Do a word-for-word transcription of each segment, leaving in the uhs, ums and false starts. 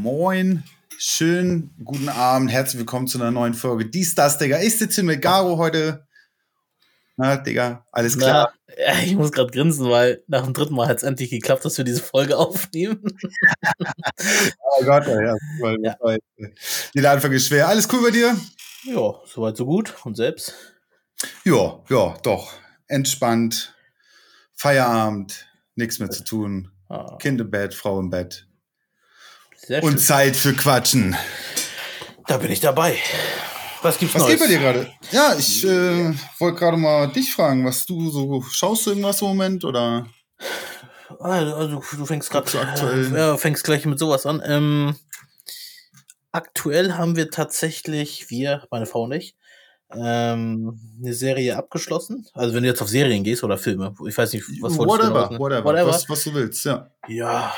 Moin, schönen guten Abend, herzlich willkommen zu einer neuen Folge Dies, das, Digga. Ich sitze hier mit Garo heute. Na, Digga, alles klar? Na, ich muss gerade grinsen, weil nach dem dritten Mal hat es endlich geklappt, dass wir diese Folge aufnehmen. Oh Gott, ja, weil Ja. weil, äh, jeder Anfang ist schwer. Alles cool bei dir? Ja, soweit so gut. Und selbst? Ja, ja, doch. Entspannt, Feierabend, nichts mehr zu tun. Ah, Kind im Bett, Frau im Bett. sehr Und schön. Zeit für Quatschen. Da bin ich dabei. Was gibt's Was Neues? geht bei dir gerade? Ja, ich äh, wollte gerade mal dich fragen, was du so, schaust du irgendwas im Moment oder Also, also du fängst gerade guckst du aktuell? äh, ja, fängst gleich mit sowas an. Ähm, aktuell haben wir tatsächlich, wir, meine Frau und ich, ähm, eine Serie abgeschlossen. Also wenn du jetzt auf Serien gehst oder Filme, ich weiß nicht, was wolltest du Whatever, hinaus? whatever, Whatever. Was, was du willst, ja. Ja.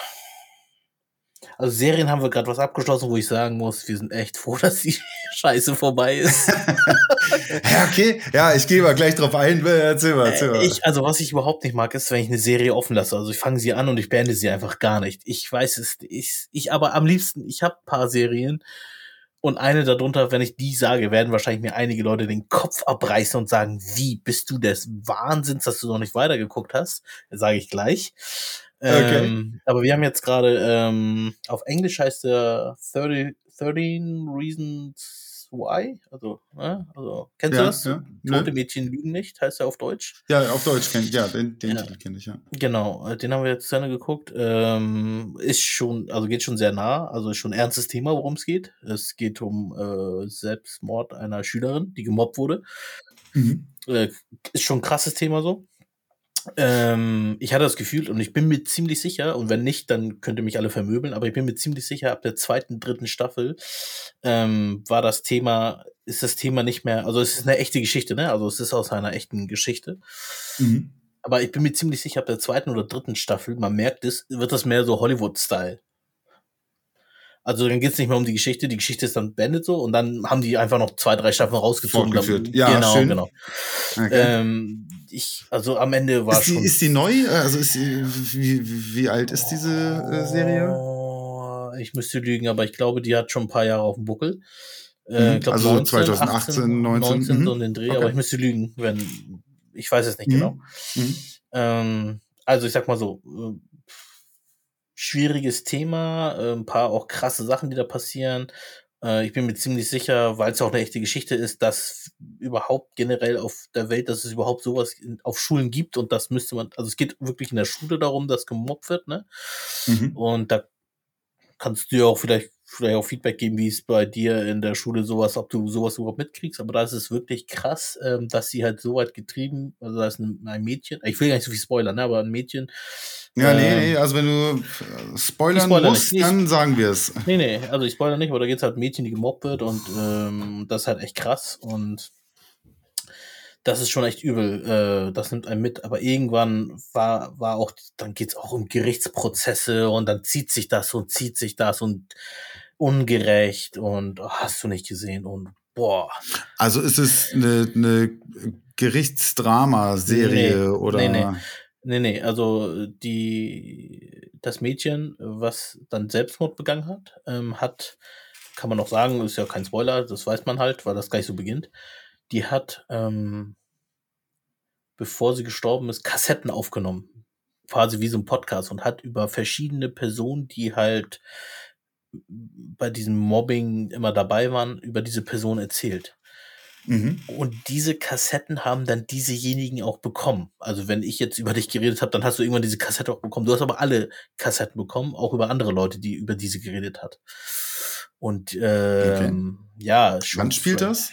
Also Serien haben wir gerade was abgeschlossen, wo ich sagen muss, wir sind echt froh, dass die Scheiße vorbei ist. Ja, okay. Ja, ich gehe mal gleich drauf ein. Erzähl mal, erzähl mal. Äh, ich, also was ich überhaupt nicht mag, ist, wenn ich eine Serie offen lasse. Also ich fange sie an und ich beende sie einfach gar nicht. Ich weiß es, ich, ich aber am liebsten, ich habe paar Serien und eine darunter, wenn ich die sage, werden wahrscheinlich mir einige Leute den Kopf abreißen und sagen, wie, bist du des Wahnsinns, dass du noch nicht weitergeguckt hast? Das sage ich gleich. Okay. Ähm, aber wir haben jetzt gerade, ähm, auf Englisch heißt der thirty, thirteen Reasons Why. Also, ne? Also, kennst du Ja, das? ja. Tote Nö. Mädchen lügen nicht, heißt er auf Deutsch. Ja, auf Deutsch kenn ich, ja, den, den Ja. Titel kenne ich, ja. Genau, äh, den haben wir jetzt zu Ende geguckt. Ähm, ist schon, also geht schon sehr nah, also ist schon ein ernstes Thema, worum es geht. Es geht um äh, Selbstmord einer Schülerin, die gemobbt wurde. Mhm. Äh, ist schon ein krasses Thema so. Ähm, ich hatte das Gefühl und ich bin mir ziemlich sicher, und wenn nicht, dann könnt ihr mich alle vermöbeln, aber ich bin mir ziemlich sicher, ab der zweiten, dritten Staffel ähm, war das Thema, ist das Thema nicht mehr, also es ist eine echte Geschichte, ne? Also es ist aus einer echten Geschichte. Mhm. Aber ich bin mir ziemlich sicher, ab der zweiten oder dritten Staffel, man merkt es, wird das mehr so Hollywood-Style. Also dann geht's nicht mehr um die Geschichte, die Geschichte ist dann beendet so und dann haben die einfach noch zwei, drei Staffeln rausgezogen. Fortgeführt. Dann, Ja, genau, schön. genau. Okay. Ähm, ich, also am Ende war Ist die, schon. ist die neu? Also ist die, wie, wie, wie alt ist diese äh, Serie? Oh, ich müsste lügen, aber ich glaube, die hat schon ein paar Jahre auf dem Buckel. Äh, Mhm. ich glaube Also neunzehn, zwanzig achtzehn, achtzehn, neunzehn. neunzehn so Mhm. in den Dreh, Okay. aber ich müsste lügen, wenn, ich weiß es nicht Mhm. genau. Mhm. Ähm, also ich sag mal so, äh, schwieriges Thema, äh, ein paar auch krasse Sachen, die da passieren. Äh, ich bin mir ziemlich sicher, weil es auch eine echte Geschichte ist, dass überhaupt generell auf der Welt, dass es überhaupt sowas in, auf Schulen gibt und das müsste man, also es geht wirklich in der Schule darum, dass gemobbt wird, ne? Mhm. Und da kannst du ja auch vielleicht, vielleicht auch Feedback geben, wie es bei dir in der Schule sowas, ob du sowas überhaupt mitkriegst. Aber da ist es wirklich krass, ähm, dass sie halt so weit getrieben, also da ist ein, ein Mädchen, ich will gar nicht so viel spoilern, ne, aber ein Mädchen. Ja, nee, ähm, nee, also wenn du äh, spoilern spoiler musst, nicht. Nee, dann sagen wir es. Nee, nee, also ich spoilere nicht, aber da geht's halt um ein Mädchen, die gemobbt wird und ähm, das ist halt echt krass und das ist schon echt übel. Äh, das nimmt einen mit, aber irgendwann war, war auch, dann geht's auch um Gerichtsprozesse und dann zieht sich das und zieht sich das und ungerecht und oh, hast du nicht gesehen und boah. Also ist es eine, eine Gerichtsdrama-Serie Nee, oder? nee, nee. Nee, nee, also die, das Mädchen, was dann Selbstmord begangen hat, ähm, hat, kann man noch sagen, ist ja kein Spoiler, das weiß man halt, weil das gleich so beginnt. Die hat, ähm, bevor sie gestorben ist, Kassetten aufgenommen. Quasi wie so ein Podcast und hat über verschiedene Personen, die halt bei diesem Mobbing immer dabei waren, über diese Person erzählt. Mhm. Und diese Kassetten haben dann diesejenigen auch bekommen. Also wenn ich jetzt über dich geredet habe, dann hast du irgendwann diese Kassette auch bekommen. Du hast aber alle Kassetten bekommen, auch über andere Leute, die über diese geredet hat. Und ähm, okay. ja, schon. Wann spielt das?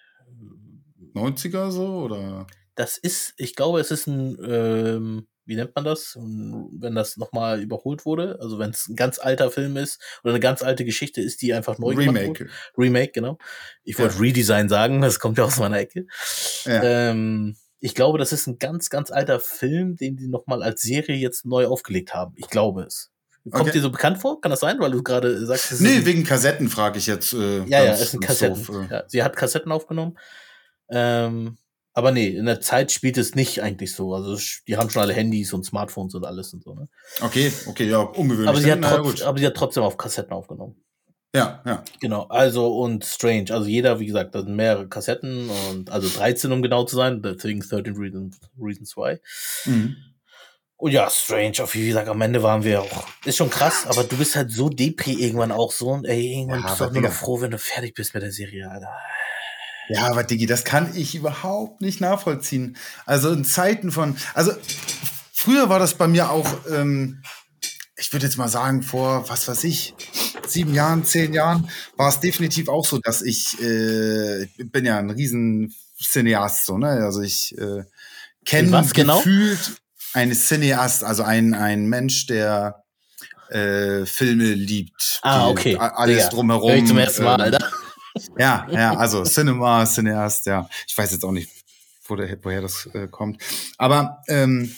neunziger so oder? Das ist, ich glaube, es ist ein, ähm, wie nennt man das, wenn das nochmal überholt wurde? Also wenn es ein ganz alter Film ist oder eine ganz alte Geschichte ist, die einfach neu Remake. gemacht wurde. Remake, genau. Ich wollte Ja. Redesign sagen, das kommt ja aus meiner Ecke. Ja. Ähm, ich glaube, das ist ein ganz, ganz alter Film, den die nochmal als Serie jetzt neu aufgelegt haben. Ich glaube es. Kommt Okay. dir so bekannt vor? Kann das sein? Weil du gerade sagst, es Nee, ist wegen Kassetten frage ich jetzt. Äh, ja, ganz, ja, es sind ganz Kassetten. doof, äh. Ja, sie hat Kassetten aufgenommen. Ähm, Aber nee, in der Zeit spielt es nicht eigentlich so. Also die haben schon alle Handys und Smartphones und alles und so, ne? Okay, okay, ja, ungewöhnlich. Aber sie, hat Na, trotz, gut. aber sie hat trotzdem auf Kassetten aufgenommen. Ja, ja. Genau, also und Strange. Also jeder, wie gesagt, da sind mehrere Kassetten und also dreizehn, um genau zu sein. Deswegen dreizehn Reasons, Reasons Why. Mhm. Und ja, Strange, auf wie gesagt, am Ende waren wir auch. Ist schon krass, aber du bist halt so Depri irgendwann auch so. Und ey, irgendwann Ja, bist du aber auch nur noch Digga. froh, wenn du fertig bist mit der Serie, Alter. Ja, aber Diggi, das kann ich überhaupt nicht nachvollziehen. Also in Zeiten von, also früher war das bei mir auch, ähm, ich würde jetzt mal sagen, vor, was weiß ich, sieben Jahren, zehn Jahren, war es definitiv auch so, dass ich, äh, ich bin ja ein riesen Cineast, so, ne? Also ich äh, kenne Was genau? gefühlt ein Cineast, also ein, ein Mensch, der äh, Filme liebt. Ah, die, okay. a- Alles Digga, drumherum. hör ich zum ersten Mal, ähm, Alter. Ja, ja, also Cinema, Cineast, ja. Ich weiß jetzt auch nicht, wo der, woher das äh, kommt. Aber ähm,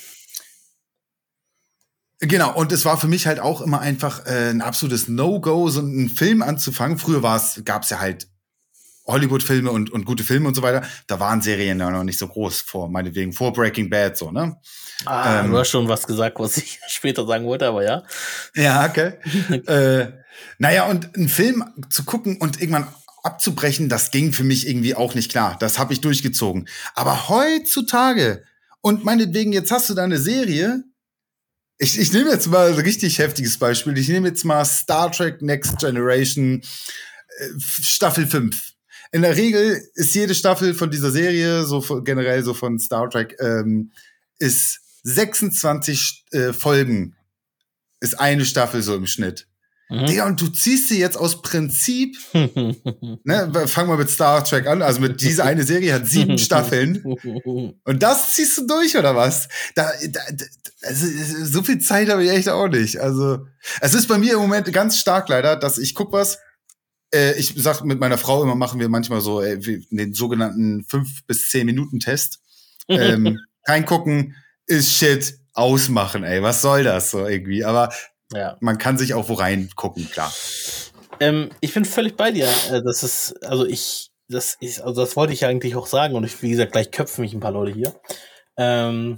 genau, und es war für mich halt auch immer einfach äh, ein absolutes No-Go, so einen Film anzufangen. Früher war es, gab es ja halt Hollywood-Filme und, und gute Filme und so weiter. Da waren Serien ja noch nicht so groß vor, meinetwegen vor Breaking Bad, so, ne? Ah, Ähm, du hast schon was gesagt, was ich später sagen wollte, aber ja. Ja, okay. äh, naja, und einen Film zu gucken und irgendwann abzubrechen, das ging für mich irgendwie auch nicht klar. Das habe ich durchgezogen. Aber heutzutage, und meinetwegen, jetzt hast du da eine Serie. Ich, ich nehme jetzt mal ein richtig heftiges Beispiel. Ich nehme jetzt mal Star Trek Next Generation äh, Staffel fünf. In der Regel ist jede Staffel von dieser Serie, so von, generell so von Star Trek, ähm, ist sechsundzwanzig äh, Folgen. Ist eine Staffel so im Schnitt. Mhm. Digga, und du ziehst sie jetzt aus Prinzip, ne, fangen wir mit Star Trek an, also mit dieser eine Serie hat sieben Staffeln. Und das ziehst du durch, oder was? Da, da, also, so viel Zeit habe ich echt auch nicht. Also, es ist bei mir im Moment ganz stark leider, dass ich guck was, äh, ich sag mit meiner Frau immer, machen wir manchmal so äh, den sogenannten fünf bis zehn Minuten Test. ähm, reingucken, ist Shit, ausmachen, ey, was soll das so irgendwie? Aber ja, man kann sich auch wo reingucken, klar. Ähm, ich bin völlig bei dir. Das ist, also ich, das ist, also das wollte ich eigentlich auch sagen und ich, wie gesagt, gleich köpfen mich ein paar Leute hier. Ähm,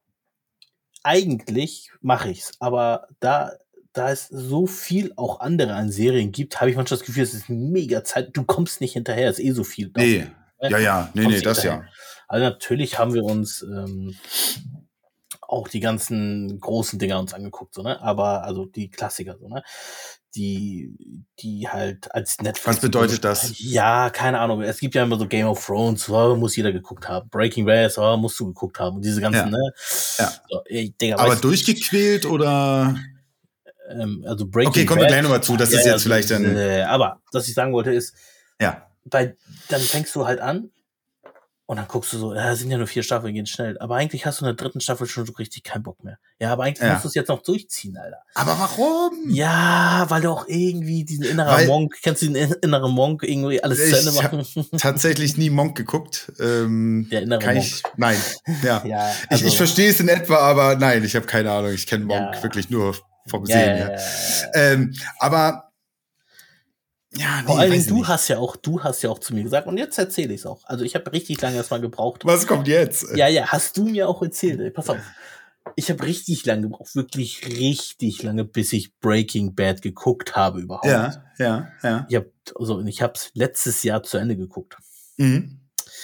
eigentlich mache ich's, aber da, da es so viel auch andere an Serien gibt, habe ich manchmal das Gefühl, es ist mega Zeit. Du kommst nicht hinterher, es ist eh so viel. Nee, ne? ja, ja, nee, nee, das hinterher. Ja. Also natürlich haben wir uns ähm, auch die ganzen großen Dinger uns angeguckt, so, ne? Aber, also die Klassiker, so, ne? Die, die halt als Netflix. Was bedeutet das? Ja, keine Ahnung. Es gibt ja immer so Game of Thrones, oh, muss jeder geguckt haben. Breaking Bad, oh, musst du geguckt haben. Und diese ganzen, ja. ne? Ja. So, ey, Digga, aber durchgequält oder? Ähm, also Breaking Okay, kommen wir gleich nochmal zu. Das ja, ist jetzt also, vielleicht dann. Äh, aber, was ich sagen wollte ist, ja. bei, dann fängst du halt an. Und dann guckst du so, ja, sind ja nur vier Staffeln, gehen schnell. Aber eigentlich hast du in der dritten Staffel schon so richtig keinen Bock mehr. Ja, aber eigentlich ja. musst du es jetzt noch durchziehen, Alter. Aber warum? Ja, weil du auch irgendwie diesen inneren Monk, kennst du den inneren Monk irgendwie alles zu Ende machen? Ich habe tatsächlich nie Monk geguckt. Ähm, Der innere kann Monk. Ich, nein, ja. ja also, ich ich verstehe es in etwa, aber nein, ich habe keine Ahnung. Ich kenne Monk ja. wirklich nur vom ja, Sehen ja, her. Ja, ja. Ähm, aber ja, nee, vor allen Dingen, du nicht. hast ja auch, du hast ja auch zu mir gesagt, und jetzt erzähle ich es auch. Also ich habe richtig lange erstmal gebraucht. Was kommt jetzt? Ja, ja, hast du mir auch erzählt. Ey, pass auf. Ich habe richtig lange gebraucht, wirklich richtig lange, bis ich Breaking Bad geguckt habe überhaupt. Ja, ja, ja. Ich habe also, ich habe es letztes Jahr zu Ende geguckt. Mhm.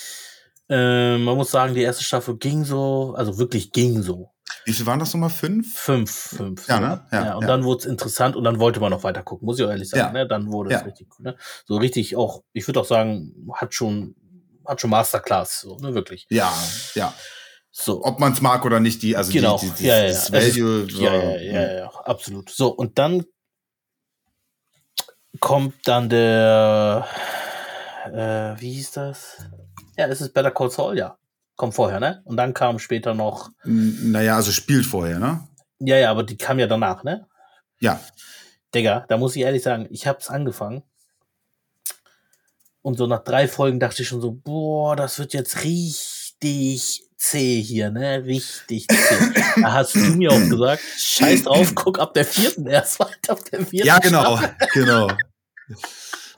Ähm, man muss sagen, die erste Staffel ging so, also wirklich ging so. Wie viel waren das nochmal? Fünf? Fünf, fünf. Ja, so. ne? Ja, ja, und ja. dann wurde es interessant und dann wollte man noch weiter gucken, muss ich auch ehrlich sagen. Ja. Ne? Dann wurde es ja. richtig cool. Ne? So richtig auch, ich würde auch sagen, hat schon, hat schon Masterclass, so, ne, wirklich. Ja, ja. So. Ob man es mag oder nicht, die, also genau. die, die, die ja, ja, das ja. Value. Ist, ja, ja, ja, ja, ja, absolut. So, und dann kommt dann der, äh, wie hieß das? Ja, es ist Better Call Saul, ja. Kommt vorher, ne? Und dann kam später noch. Naja, also spielt vorher, ne? Ja, ja, aber die kam ja danach, ne? Ja. Digga, da muss ich ehrlich sagen, ich hab's angefangen. Und so nach drei Folgen dachte ich schon so, boah, das wird jetzt richtig zäh hier, ne? Richtig zäh. Da hast du mir auch gesagt, scheiß drauf, guck ab der vierten erst weiter, ab der vierten. Ja, genau, genau.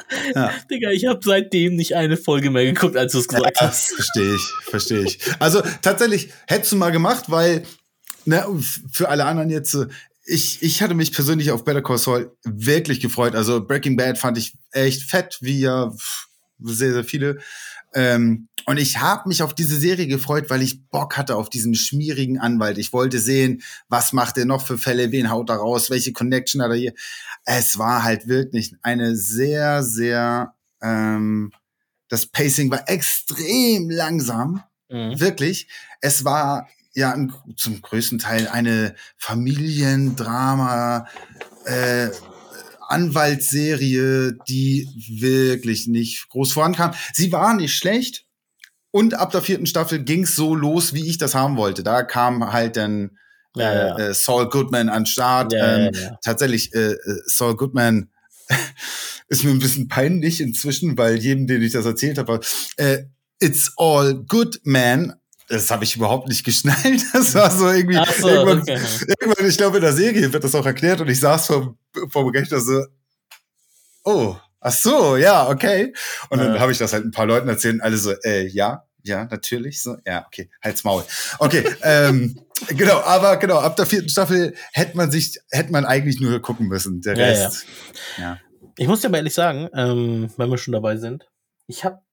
Ja. Digga, ich habe seitdem nicht eine Folge mehr geguckt, als du es gesagt Ja, hast. das verstehe ich, verstehe ich. Also tatsächlich hättest du mal gemacht, weil ne, für alle anderen jetzt, ich, ich hatte mich persönlich auf Better Call Saul wirklich gefreut. Also Breaking Bad fand ich echt fett, wie ja sehr, sehr viele. Ähm, und ich habe mich auf diese Serie gefreut, weil ich Bock hatte auf diesen schmierigen Anwalt. Ich wollte sehen, was macht er noch für Fälle, wen haut er raus, welche Connection hat er hier. Es war halt wirklich eine sehr, sehr, ähm, das Pacing war extrem langsam, Mhm. wirklich. Es war ja ein, zum größten Teil eine Familiendrama, äh, Anwaltsserie, die wirklich nicht groß vorankam. Sie war nicht schlecht und ab der vierten Staffel ging's so los, wie ich das haben wollte. Da kam halt dann Ja, äh, ja. äh, Saul Goodman an den Start. Ja, ja, ähm, ja. Tatsächlich, äh, äh, Saul Goodman ist mir ein bisschen peinlich inzwischen, weil jedem, den ich das erzählt habe, äh, It's All Good, Man. Das habe ich überhaupt nicht geschnallt. Das war so irgendwie, Ach so, irgendwann, okay. irgendwann, ich glaube, in der Serie wird das auch erklärt und ich saß vor, vor dem Rechner so, oh, ach so, ja, okay. Und dann Ja. habe ich das halt ein paar Leuten erzählt und alle so, äh, ja, ja, natürlich, so, ja, okay, halt's Maul. Okay, ähm, genau, aber genau, ab der vierten Staffel hätte man sich, hätte man eigentlich nur gucken müssen. Der Ja, Rest, ja. ja. Ich muss dir aber ehrlich sagen, ähm, wenn wir schon dabei sind, ich habe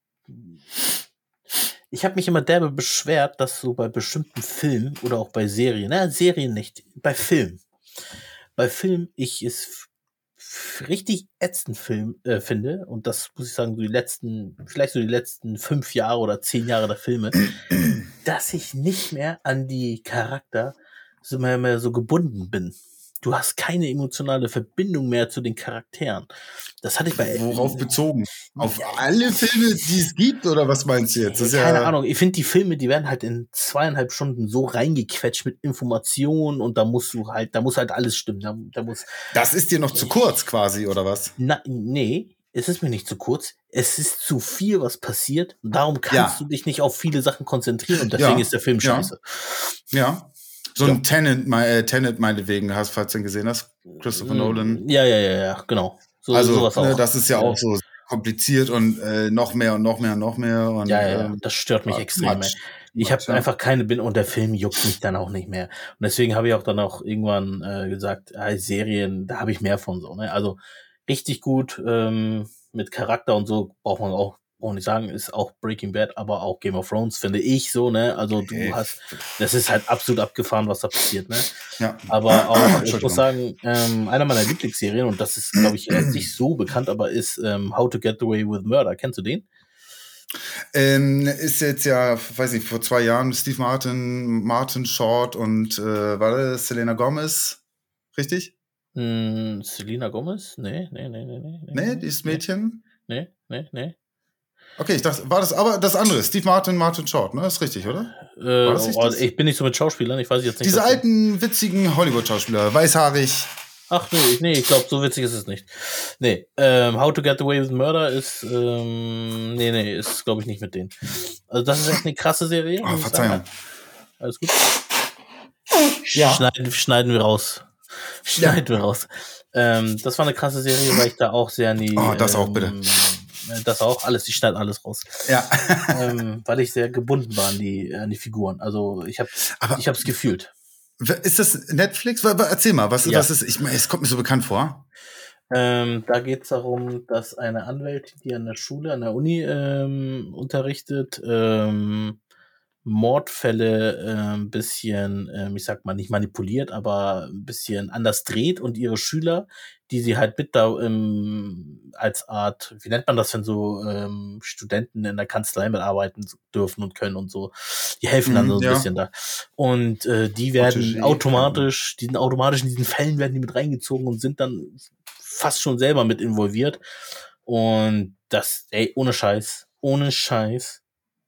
ich habe mich immer derbe beschwert, dass so bei bestimmten Filmen oder auch bei Serien, na, Serien nicht, bei Filmen, bei Filmen ich es f- f- richtig ätzend Film äh, finde, und das muss ich sagen, so die letzten, vielleicht so die letzten fünf Jahre oder zehn Jahre der Filme, dass ich nicht mehr an die Charakter so mehr, mehr so gebunden bin. Du hast keine emotionale Verbindung mehr zu den Charakteren. Das hatte ich bei Worauf bezogen? Auf Ja, alle Filme, die es gibt, oder was meinst du jetzt? Das ist keine ja, Ahnung. Ich finde, die Filme, die werden halt in zweieinhalb Stunden so reingequetscht mit Informationen, und da musst du halt, da muss halt alles stimmen. Da, da muss, das ist dir noch zu kurz quasi, oder was? na, nee, es ist mir nicht zu kurz. Es ist zu viel, was passiert. Darum kannst Ja. du dich nicht auf viele Sachen konzentrieren, und deswegen Ja. ist der Film Ja. scheiße. Ja. So ein Tenet, me- äh, Tenet meinetwegen, hast, falls du ihn gesehen hast, Christopher Nolan. Ja, ja, ja, ja, genau. So, Also, sowas ne, auch. das ist ja auch so kompliziert und äh, noch mehr und noch mehr und noch mehr. Und, Ja, ja, ja, ähm, das stört mich ah, extrem. much, Ey. Ich much, habe ja. einfach keine Bin und der Film juckt mich dann auch nicht mehr. Und deswegen habe ich auch dann auch irgendwann äh, gesagt, ah, Serien, da habe ich mehr von so. Ne? Also richtig gut ähm, mit Charakter und so braucht man auch, braucht nicht sagen, ist auch Breaking Bad, aber auch Game of Thrones, finde ich so. Ne, also du Okay. hast, das ist halt absolut abgefahren, was da passiert. Ne, Ja. aber auch, ich Entschuldigung. muss sagen, ähm, einer meiner Lieblingsserien, und das ist, glaube ich, jetzt nicht so bekannt, aber ist ähm, How to Get Away with Murder. Kennst du den? Ähm, ist jetzt ja, weiß nicht, vor zwei Jahren Steve Martin, Martin Short und äh, war das Selena Gomez, richtig? Hm, Selena Gomez? Nee, nee, nee, nee, nee. Nee, dieses Mädchen? Nee, nee, nee. Okay, ich dachte, war das aber das andere, Steve Martin, Martin Short, ne? Ist richtig, oder? Äh, War das nicht oh, das? ich bin nicht so mit Schauspielern, ich weiß jetzt nicht. Diese was- alten, witzigen Hollywood-Schauspieler, weißhaarig. Ach nee, nee, ich glaube, so witzig ist es nicht. Nee, ähm, How to Get Away with Murder ist, ähm, nee, nee, ist, glaube ich, nicht mit denen. Also das ist echt eine krasse Serie. Oh, muss ich Verzeihung. sagen. Alles gut. Ja. Schneiden, schneiden wir raus. Schneiden wir raus. Ähm, das war eine krasse Serie, weil ich da auch sehr an die... Oh, das auch, ähm, bitte. Das auch, alles, die schneiden alles raus. Ja. ähm, weil ich sehr gebunden war an die, an die Figuren. Also ich habe Aber ich hab's gefühlt. ist das Netflix? Wa- wa- Erzähl mal, was, Ja. was ist, ich meine, es kommt mir so bekannt vor. Ähm, da geht es darum, dass eine Anwältin, die an der Schule, an der Uni ähm, unterrichtet, ähm, Mordfälle äh, ein bisschen, ähm, ich sag mal, nicht manipuliert, aber ein bisschen anders dreht, und ihre Schüler, die sie halt mit da ähm, als Art, wie nennt man das, wenn so ähm, Studenten in der Kanzlei mitarbeiten dürfen und können und so, die helfen dann Mhm, so ein ja. bisschen da. Und äh, die werden Protégé, automatisch, die sind automatisch in diesen Fällen werden die mit reingezogen und sind dann fast schon selber mit involviert. Und das, ey, ohne Scheiß, ohne Scheiß,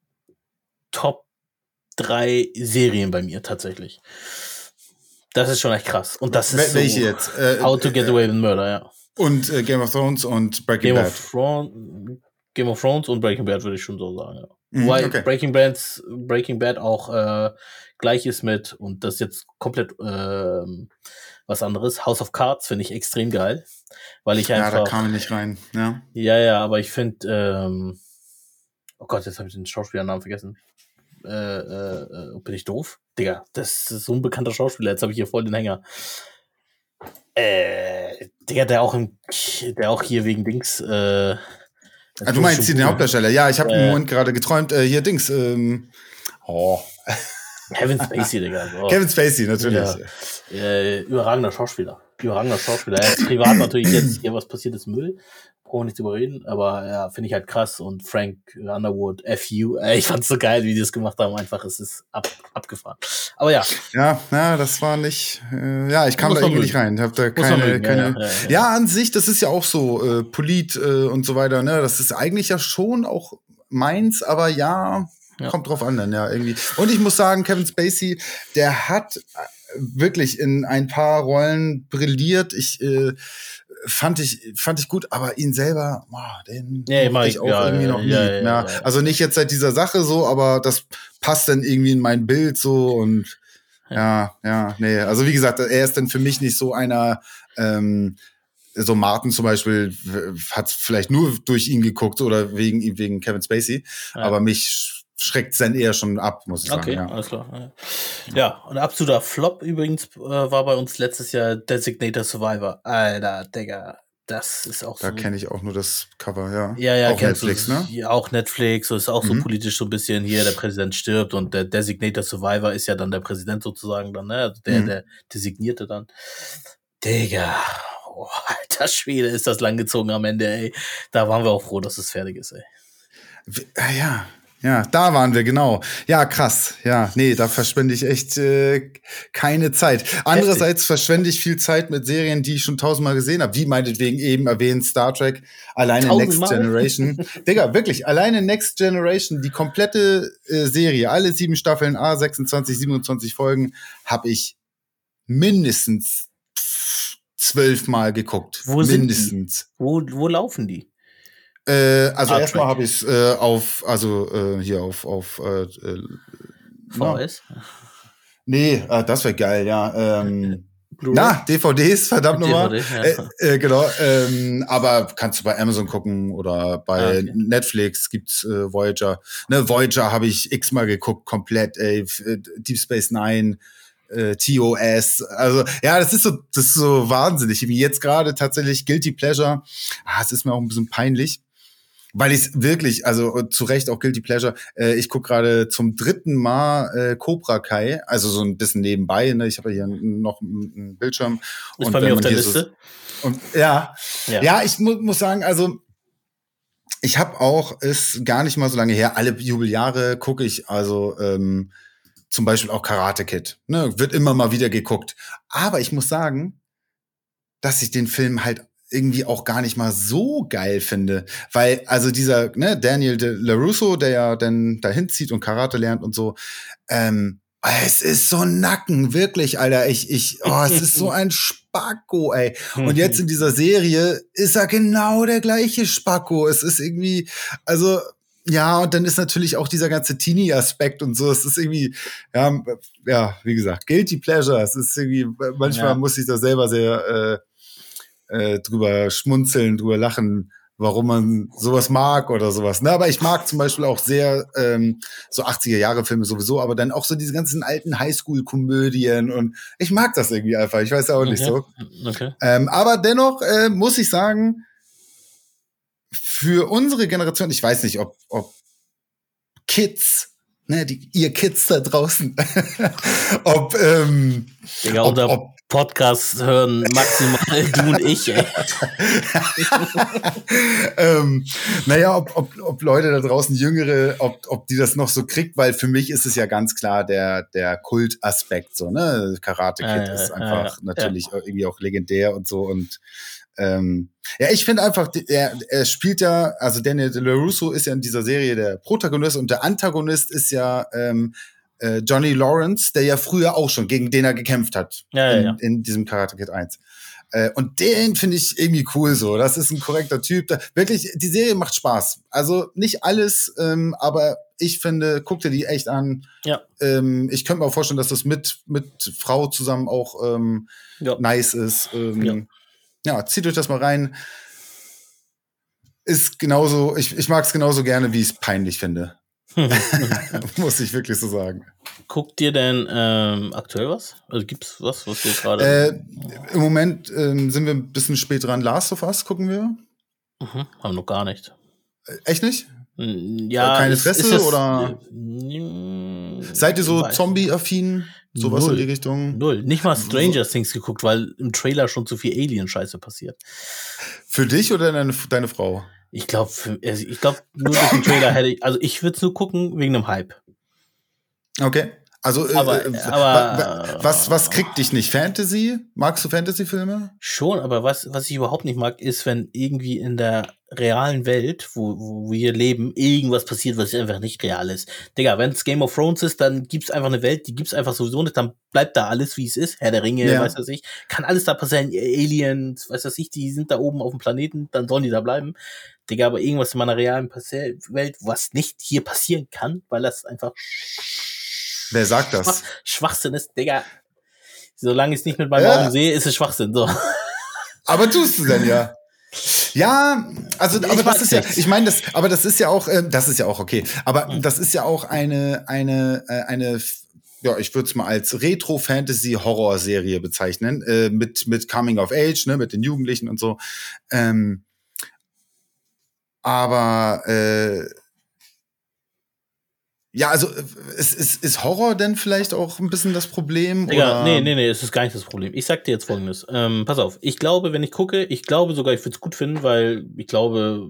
Top drei Serien bei mir tatsächlich. Das ist schon echt krass. Und das ist Wel- so welche jetzt? Äh, How to Get äh, Away with Murder, ja. Und äh, Game of Thrones und Breaking Game Bad. of, Thrones, Game of Thrones und Breaking Bad würde ich schon so sagen, ja. Wobei okay. Breaking Bad, Breaking Bad auch äh, gleich ist mit, und das ist jetzt komplett äh, was anderes, House of Cards finde ich extrem geil, weil ich einfach... Ja, da kam ich nicht rein, ja. Ja, ja, aber ich finde, ähm, oh Gott, jetzt habe ich den Schauspielernamen vergessen. Äh, äh, äh, bin ich doof? Digga, das ist so ein bekannter Schauspieler, jetzt habe ich hier voll den Hänger. Äh, Digga, der auch, im, der auch hier wegen Dings... Äh, Ah, du meinst hier den Hauptdarsteller? Ja, ich habe äh, im Moment gerade geträumt, äh, hier Dings, ähm, oh. Kevin Spacey, Digga. Oh. Kevin Spacey, natürlich. Ja. Äh, überragender Schauspieler. Überragender Schauspieler. Er ist privat natürlich jetzt hier was passiert ist Müll. Brauchen wir nicht drüber reden, aber ja, finde ich halt krass. Und Frank Underwood, F U, äh, ich fand's so geil, wie die das gemacht haben. Einfach, es ist ab, abgefahren. Aber ja. Ja, ja, das war nicht, äh, ja, ich kam da irgendwie nicht rein. Ich hab da keine, keine, ja, ja, ja, ja. ja, an sich, das ist ja auch so, äh, Polit äh, und so weiter, ne, das ist eigentlich ja schon auch meins, aber ja, ja. kommt drauf an dann, ja, irgendwie. Und ich muss sagen, Kevin Spacey, der hat wirklich in ein paar Rollen brilliert. Ich, äh, fand ich, fand ich gut, aber ihn selber, boah, den ja, mochte ich auch ja, irgendwie ja, noch nie. ja, Ja, ja, ja. Also nicht jetzt seit dieser Sache so, aber das passt dann irgendwie in mein Bild so und ja, ja, nee. Also wie gesagt, er ist dann für mich nicht so einer, ähm, so Martin zum Beispiel hat vielleicht nur durch ihn geguckt oder wegen ihm, wegen Kevin Spacey, ja. aber mich schreckt es dann eher schon ab, muss ich sagen. Okay, ja. alles klar. Ja, und absoluter Flop übrigens äh, war bei uns letztes Jahr Designated Survivor. Alter, Digga, das ist auch da so. Da kenne ich auch nur das Cover, ja. Ja, ja, auch Netflix, du, ne? Ja, auch Netflix, so ist auch so mhm. politisch so ein bisschen hier, der Präsident stirbt und der Designated Survivor ist ja dann der Präsident sozusagen dann, ne? Also der, mhm. der Designierte dann. Digga, oh, alter Schwede, ist das langgezogen am Ende, ey. Da waren wir auch froh, dass es fertig ist, ey. Ja, ja, da waren wir, genau. Ja, krass. Ja, nee, da verschwende ich echt äh, keine Zeit. Andererseits Heftig. verschwende ich viel Zeit mit Serien, die ich schon tausendmal gesehen habe. Wie meinetwegen eben erwähnt Star Trek, alleine Next Generation. Digga, wirklich, alleine Next Generation, die komplette äh, Serie, alle sieben Staffeln, A, sechsundzwanzig, siebenundzwanzig Folgen, habe ich mindestens zwölfmal geguckt. Wo mindestens. Sind die? Wo, wo laufen die? Äh, also erstmal habe ich es äh, auf, also äh, hier auf, auf äh, V S? Nee, äh, das wäre geil, ja. Ähm, na, D V Ds, verdammt nochmal. Ja. Äh, äh, genau, ähm, aber kannst du bei Amazon gucken oder bei ah, okay. Netflix gibt's äh, Voyager. Ne, Voyager habe ich x-mal geguckt, komplett, ey, Deep Space Nine, äh, T O S, also ja, das ist so, das ist so wahnsinnig. Wie jetzt gerade tatsächlich Guilty Pleasure, ah, es ist mir auch ein bisschen peinlich. Weil ich wirklich, also zu Recht auch Guilty Pleasure, äh, ich gucke gerade zum dritten Mal äh, Cobra Kai, also so ein bisschen nebenbei, ne? Ich habe ja hier noch einen Bildschirm. Ist und bei mir auf der Liste. So, und ja, ja, ja ich mu- muss sagen, also ich habe auch, ist gar nicht mal so lange her, alle Jubeljahre gucke ich, also ähm, zum Beispiel auch Karate Kid, ne? Wird immer mal wieder geguckt. Aber ich muss sagen, dass ich den Film halt irgendwie auch gar nicht mal so geil finde, weil also dieser ne Daniel de LaRusso, der ja dann dahin zieht und Karate lernt und so, ähm, es ist so Nacken, wirklich, Alter, ich ich oh, es ist so ein Spacko, ey. Und jetzt in dieser Serie ist er genau der gleiche Spacko. Es ist irgendwie, also ja, und dann ist natürlich auch dieser ganze Teenie-Aspekt und so. Es ist irgendwie, ja, ja, wie gesagt, Guilty Pleasure. Es ist irgendwie, manchmal ja. muss ich da selber sehr äh, Äh, drüber schmunzeln, drüber lachen, warum man sowas mag oder sowas. Ne, aber ich mag zum Beispiel auch sehr ähm, so achtziger-Jahre-Filme sowieso, aber dann auch so diese ganzen alten Highschool-Komödien und ich mag das irgendwie einfach. Ich weiß ja auch nicht okay. so. Okay. Ähm, aber dennoch äh, muss ich sagen, für unsere Generation, ich weiß nicht, ob, ob Kids, ne, die, ihr Kids da draußen, ob, ähm, Digga, ob, ob Podcast hören maximal du und ich, ey. ähm, naja, ob, ob, ob Leute da draußen, Jüngere, ob, ob die das noch so kriegt, weil für mich ist es ja ganz klar der, der Kultaspekt, so, ne? Karate Kid ja, ja, ist einfach ja, natürlich ja. irgendwie auch legendär und so und ähm, ja, ich finde einfach, er, er spielt ja, also Daniel de LaRusso ist ja in dieser Serie der Protagonist und der Antagonist ist ja ähm, äh, Johnny Lawrence, der ja früher auch schon, gegen den er gekämpft hat, ja, ja, in, ja. in diesem Karate Kid eins. Äh, und den finde ich irgendwie cool so. Das ist ein korrekter Typ. Da, wirklich, die Serie macht Spaß. Also nicht alles, ähm, aber ich finde, guck dir die echt an. Ja. Ähm, ich könnte mir auch vorstellen, dass das mit, mit Frau zusammen auch ähm, ja. nice ist. Ähm, ja. ja, zieht euch das mal rein. Ist genauso, ich, ich mag es genauso gerne, wie ich es peinlich finde. Muss ich wirklich so sagen. Guckt dir denn ähm, aktuell was? Also gibt's was, was wir gerade. Äh, Im Moment ähm, sind wir ein bisschen spät dran. Last of Us gucken wir. Mhm, haben noch gar nicht. Äh, echt nicht? Ja. Kein ist, Interesse ist das, oder? Äh, Seid ihr so Zombie-affin? Sowas Null. in die Richtung? Null. Nicht mal Stranger Things geguckt, weil im Trailer schon zu viel Alien-Scheiße passiert. Für dich oder deine, deine Frau? Ich glaube, also ich glaube, nur durch den Trailer hätte ich, also ich würde es nur gucken wegen dem Hype. Okay. Also, aber, äh, aber was, was kriegt dich nicht? Fantasy? Magst du Fantasy-Filme? Schon, aber was, was ich überhaupt nicht mag, ist, wenn irgendwie in der realen Welt, wo, wo wir leben, irgendwas passiert, was einfach nicht real ist. Digga, wenn es Game of Thrones ist, dann gibt's einfach eine Welt, die gibt's einfach sowieso nicht, dann bleibt da alles, wie es ist. Herr der Ringe, ja. weiß was ich. Kann alles da passieren, Aliens, weiß was ich, die sind da oben auf dem Planeten, dann sollen die da bleiben. Digga, aber irgendwas in meiner realen Welt, was nicht hier passieren kann, weil das einfach Wer sagt das? Schwach, Schwachsinn ist, Digga. Solange ich es nicht mit meinen ja. Augen sehe, ist es Schwachsinn. So. Aber tust du denn ja? Ja, also ich aber das ist ja, ich meine, das, aber das ist ja auch, äh, das ist ja auch okay. Aber mhm. das ist ja auch eine, eine, äh, eine, ja, ich würde es mal als Retro-Fantasy-Horror-Serie bezeichnen, äh, mit mit Coming of Age, ne, mit den Jugendlichen und so. Ähm, aber äh, ja, also ist, ist, ist Horror denn vielleicht auch ein bisschen das Problem? Digga, oder? nee, nee, nee, es ist gar nicht das Problem. Ich sag dir jetzt Folgendes. Ähm, pass auf, ich glaube, wenn ich gucke, ich glaube sogar, ich würde es gut finden, weil ich glaube,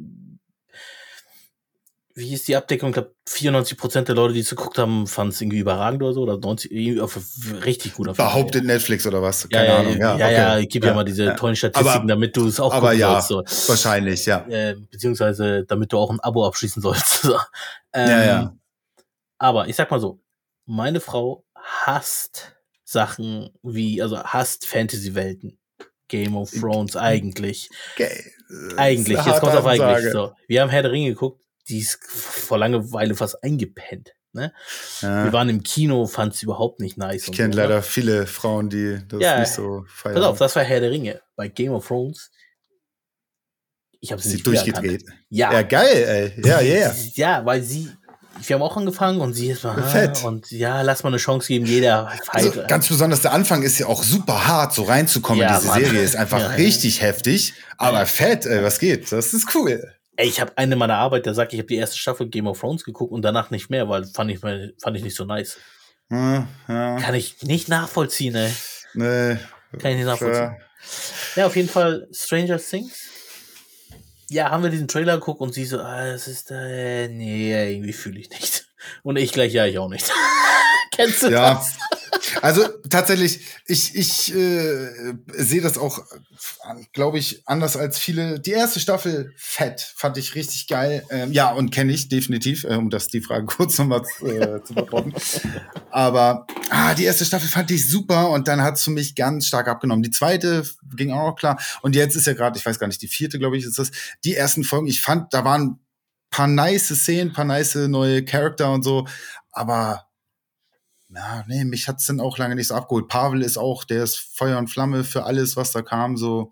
wie ist die Abdeckung? Ich glaube, vierundneunzig Prozent der Leute, die es geguckt haben, fanden es irgendwie überragend oder so. Oder neunzig, richtig gut. Behauptet Netflix oder was? Keine ja, Ahnung. Ja, ja, okay. ja ich gebe ja, ja mal diese ja. tollen Statistiken, aber, damit du es auch aber gucken ja, sollst. So. Wahrscheinlich, ja. Äh, beziehungsweise, damit du auch ein Abo abschließen sollst. So. Ähm, ja, ja. Aber ich sag mal so, meine Frau hasst Sachen wie, also hasst Fantasy-Welten. Game of Thrones eigentlich. Okay. Eigentlich, jetzt kommt auf eigentlich. So. Wir haben Herr der Ringe geguckt, die ist vor Langeweile fast eingepennt. Ne? Ja. Wir waren im Kino, fand sie überhaupt nicht nice. Ich kenne so, leider ne? viele Frauen, die das ja, nicht so feiern. Pass auf, das war Herr der Ringe. Bei Game of Thrones, ich habe sie nicht durchgedreht. Ja. Ja, geil, ey. Ja, yeah. Ja, weil sie wir haben auch angefangen und sie ist mal, Fett. Und ja, lass mal eine Chance geben, jeder also, ganz besonders der Anfang ist ja auch super hart, so reinzukommen ja, in diese Mann. Serie, ist einfach ja, richtig ja. heftig, aber ja. fett, ey, was geht, das ist cool. Ey, ich habe eine meiner Arbeit, der sagt, ich habe die erste Staffel Game of Thrones geguckt und danach nicht mehr, weil fand ich, fand ich nicht so nice. Ja, ja. Kann ich nicht nachvollziehen, ey. Nee. Kann ich nicht nachvollziehen. Ja, ja auf jeden Fall Stranger Things. Ja, haben wir diesen Trailer geguckt und sie so, ah, das ist, äh, nee, irgendwie fühle ich nicht. Und ich gleich, ja, ich auch nicht. Kennst du ja. das? Also tatsächlich, ich, ich äh, sehe das auch, glaube ich, anders als viele. Die erste Staffel, fett, fand ich richtig geil. Ähm, ja, und kenne ich definitiv, äh, um das die Frage kurz nochmal äh, zu beantworten. Aber ah, die erste Staffel fand ich super und dann hat es für mich ganz stark abgenommen. Die zweite ging auch noch klar. Und jetzt ist ja gerade, ich weiß gar nicht, die vierte, glaube ich, ist das. Die ersten Folgen, ich fand, da waren paar nice Szenen, paar nice neue Charakter und so, aber ja, nee, mich hat's dann auch lange nicht so abgeholt. Pavel ist auch, der ist Feuer und Flamme für alles, was da kam, so.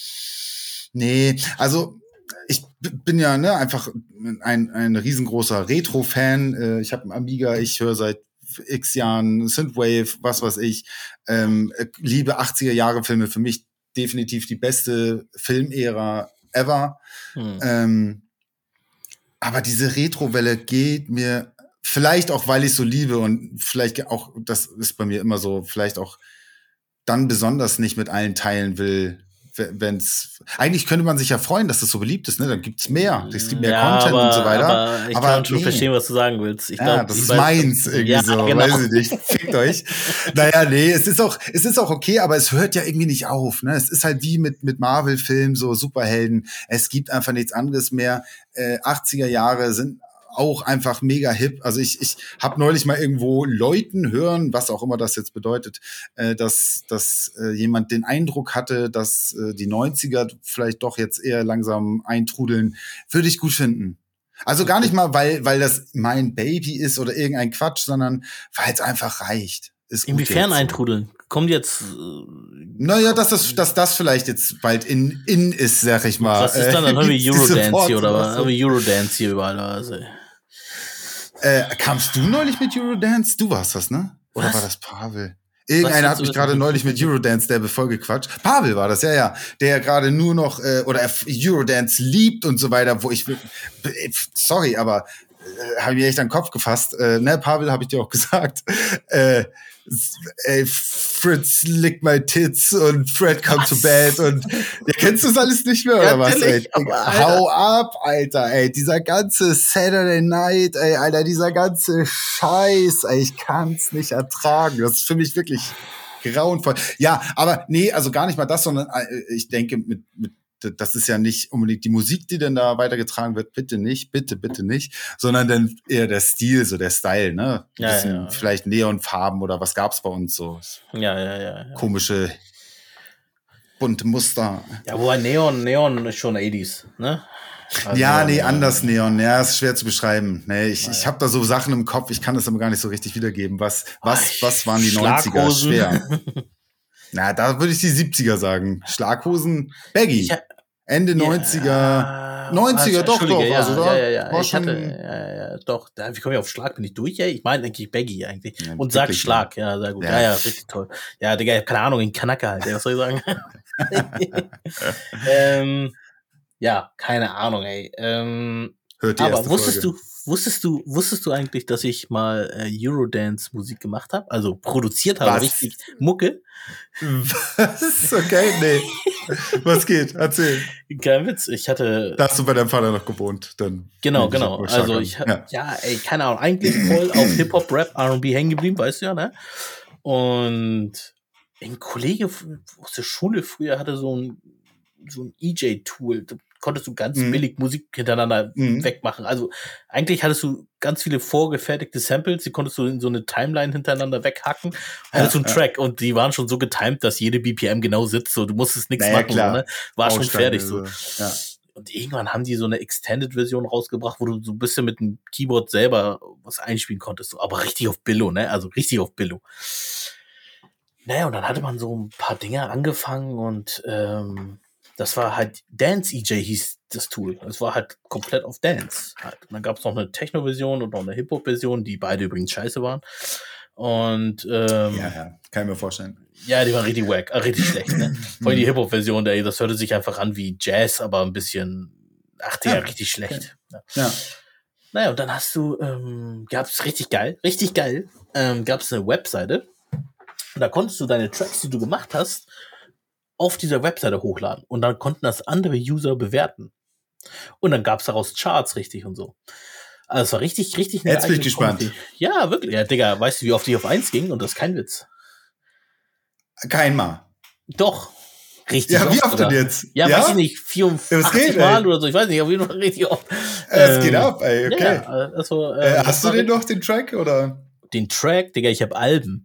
Nee, also ich bin ja ne, einfach ein, ein riesengroßer Retro-Fan. Ich habe einen Amiga, ich höre seit x Jahren Synthwave, was weiß ich. Ähm, liebe achtziger-Jahre-Filme, für mich definitiv die beste Filmära ever. Hm. Ähm, aber diese Retro-Welle geht mir vielleicht auch, weil ich so liebe und vielleicht auch, das ist bei mir immer so, vielleicht auch dann besonders nicht mit allen teilen will, wenn's, eigentlich könnte man sich ja freuen, dass das so beliebt ist, ne, dann gibt's mehr, es gibt mehr ja, Content aber, und so weiter. Aber ich aber, kann schon nee. verstehen, was du sagen willst. Ich ja, glaub, das ich ist weiß, meins irgendwie ja, so, genau. Weiß ich nicht, fickt euch. Naja, nee, es ist auch, es ist auch okay, aber es hört ja irgendwie nicht auf, ne, es ist halt wie mit, mit Marvel-Filmen, so Superhelden, es gibt einfach nichts anderes mehr, äh, achtziger Jahre sind auch einfach mega hip. Also ich, ich habe neulich mal irgendwo Leuten hören, was auch immer das jetzt bedeutet, äh, dass, dass äh, jemand den Eindruck hatte, dass äh, die neunziger vielleicht doch jetzt eher langsam eintrudeln. Würde ich gut finden. Also gar nicht mal, weil, weil das mein Baby ist oder irgendein Quatsch, sondern weil es einfach reicht. Ist gut. Inwiefern jetzt. eintrudeln? Kommt jetzt. Äh, naja, dass das, dass das vielleicht jetzt bald in, in ist, sag ich mal. Was ist dann? Dann haben wir Gibt's diese Eurodance hier Ports oder oder was? so? Haben wir Eurodance hier überall oder was, ey? Äh, kamst du neulich mit Eurodance? Du warst das, ne? Oder Was? war das Pavel? Irgendeiner hat willst du mich wissen? gerade neulich mit Eurodance der voll gequatscht. Pavel war das, ja, ja. Der gerade nur noch, äh, oder Eurodance liebt und so weiter, wo ich, sorry, aber äh, habe ich mir echt an den Kopf gefasst. Äh, ne, Pavel, habe ich dir auch gesagt. Äh, ey, Fritz lick my tits und Fred come Was? to bed und ja, kennst du das alles nicht mehr, Ja, oder was, ey? natürlich, aber, Alter. Hau ab, Alter, ey, dieser ganze Saturday Night, ey, Alter, dieser ganze Scheiß, ey, ich kann's nicht ertragen. Das ist für mich wirklich grauenvoll. Ja, aber nee, also gar nicht mal das, sondern äh, ich denke, mit, mit das ist ja nicht unbedingt die Musik, die denn da weitergetragen wird, bitte nicht, bitte, bitte nicht, sondern dann eher der Stil, so der Style, ne? Ein Ja, bisschen ja. vielleicht Neonfarben oder was gab's bei uns so? Ja, ja, ja. ja. Komische, bunte Muster. Ja, wobei Neon, Neon ist schon achtziger, ne? Also ja, Neon, nee, ja. anders Neon. Ja, ist schwer zu beschreiben. Nee, ich, ich habe da so Sachen im Kopf, ich kann das aber gar nicht so richtig wiedergeben. Was, was, was waren die neunziger? Schlaghosen. Schwer. Na, da würde ich die siebziger sagen. Schlaghosen, Baggy. Ich ha- Ende Ja, neunziger. neunziger, doch, doch. Entschuldige, ja, Also da ja, ja, ja. war Ich schon. hatte, ja, ja, doch. Da, wie komme ich auf Schlag? Bin ich durch, ey? Ich meine eigentlich Baggy eigentlich. Ja, Und sag wirklich, Schlag, ja, sehr gut. Ja, Ja. ja, richtig toll. Ja, Digga, ich hab keine Ahnung, in Kanaka halt, ey, was soll ich sagen? ähm, ja, keine Ahnung, ey. Ähm, Hört die aber erste wusstest Folge. du, wusstest du, wusstest du eigentlich, dass ich mal äh, Eurodance-Musik gemacht habe? Also produziert habe, Was? richtig Mucke? Was? Okay, nee. Was geht? Erzähl. Kein Witz. Ich hatte. Da hast du bei deinem Vater noch gewohnt. Dann Genau, nehme ich genau. auch mal stark Also an. ich hab, Ja. ja. ey, keine Ahnung, eigentlich voll auf Hip-Hop, Rap, R und B hängen geblieben, weißt du ja, ne? Und ein Kollege f- aus der Schule früher hatte so ein, so ein E J-Tool. Da konntest du ganz Mhm. billig Musik hintereinander Mhm. wegmachen. Also eigentlich hattest du ganz viele vorgefertigte Samples, die konntest du in so eine Timeline hintereinander weghacken. Ja, Hattest du einen ja. Track und die waren schon so getimed, dass jede B P M genau sitzt. So, du musstest nichts Naja, machen, klar. so, ne? War schon Bausteine, fertig so. Ja. Und irgendwann haben die so eine Extended-Version rausgebracht, wo du so ein bisschen mit dem Keyboard selber was einspielen konntest. So, aber richtig auf Billo, ne? Also richtig auf Billo. Naja, und dann hatte man so ein paar Dinge angefangen und ähm, das war halt Dance E J hieß das Tool. Es war halt komplett auf Dance. Halt. Und dann gab es noch eine Techno-Version und noch eine Hip-Hop-Version, die beide übrigens scheiße waren. Und ähm, ja, ja, kann ich mir vorstellen. ja, die waren richtig wack, äh, richtig schlecht, ne? Vor allem die Hip-Hop-Version, ey, das hörte sich einfach an wie Jazz, aber ein bisschen, ach, ja, Ja, richtig schlecht. Ja. Ja. Naja, und dann hast du, ähm, gab's richtig geil, richtig geil, ähm, gab's eine Webseite und da konntest du deine Tracks, die du gemacht hast, auf dieser Webseite hochladen und dann konnten das andere User bewerten. Und dann gab's daraus Charts richtig und so. Also es war richtig, richtig eine Jetzt bin ich eigene gespannt. Community. Ja, wirklich. Ja, Digga, weißt du, wie oft ich auf eins ging? Und das ist kein Witz. Kein Mal. Doch. Richtig Ja, wie oft sogar. denn jetzt? Ja, Ja? weiß ich nicht, vierundachtzig Ja, was geht, Mal ey? oder so, ich weiß nicht, auf jeden Fall richtig oft. Es Ähm, geht ab, ey, okay. Ja, also, äh, Äh, das hast du war den richtig- noch, den Track, oder? Den Track, Digga, ich habe Alben.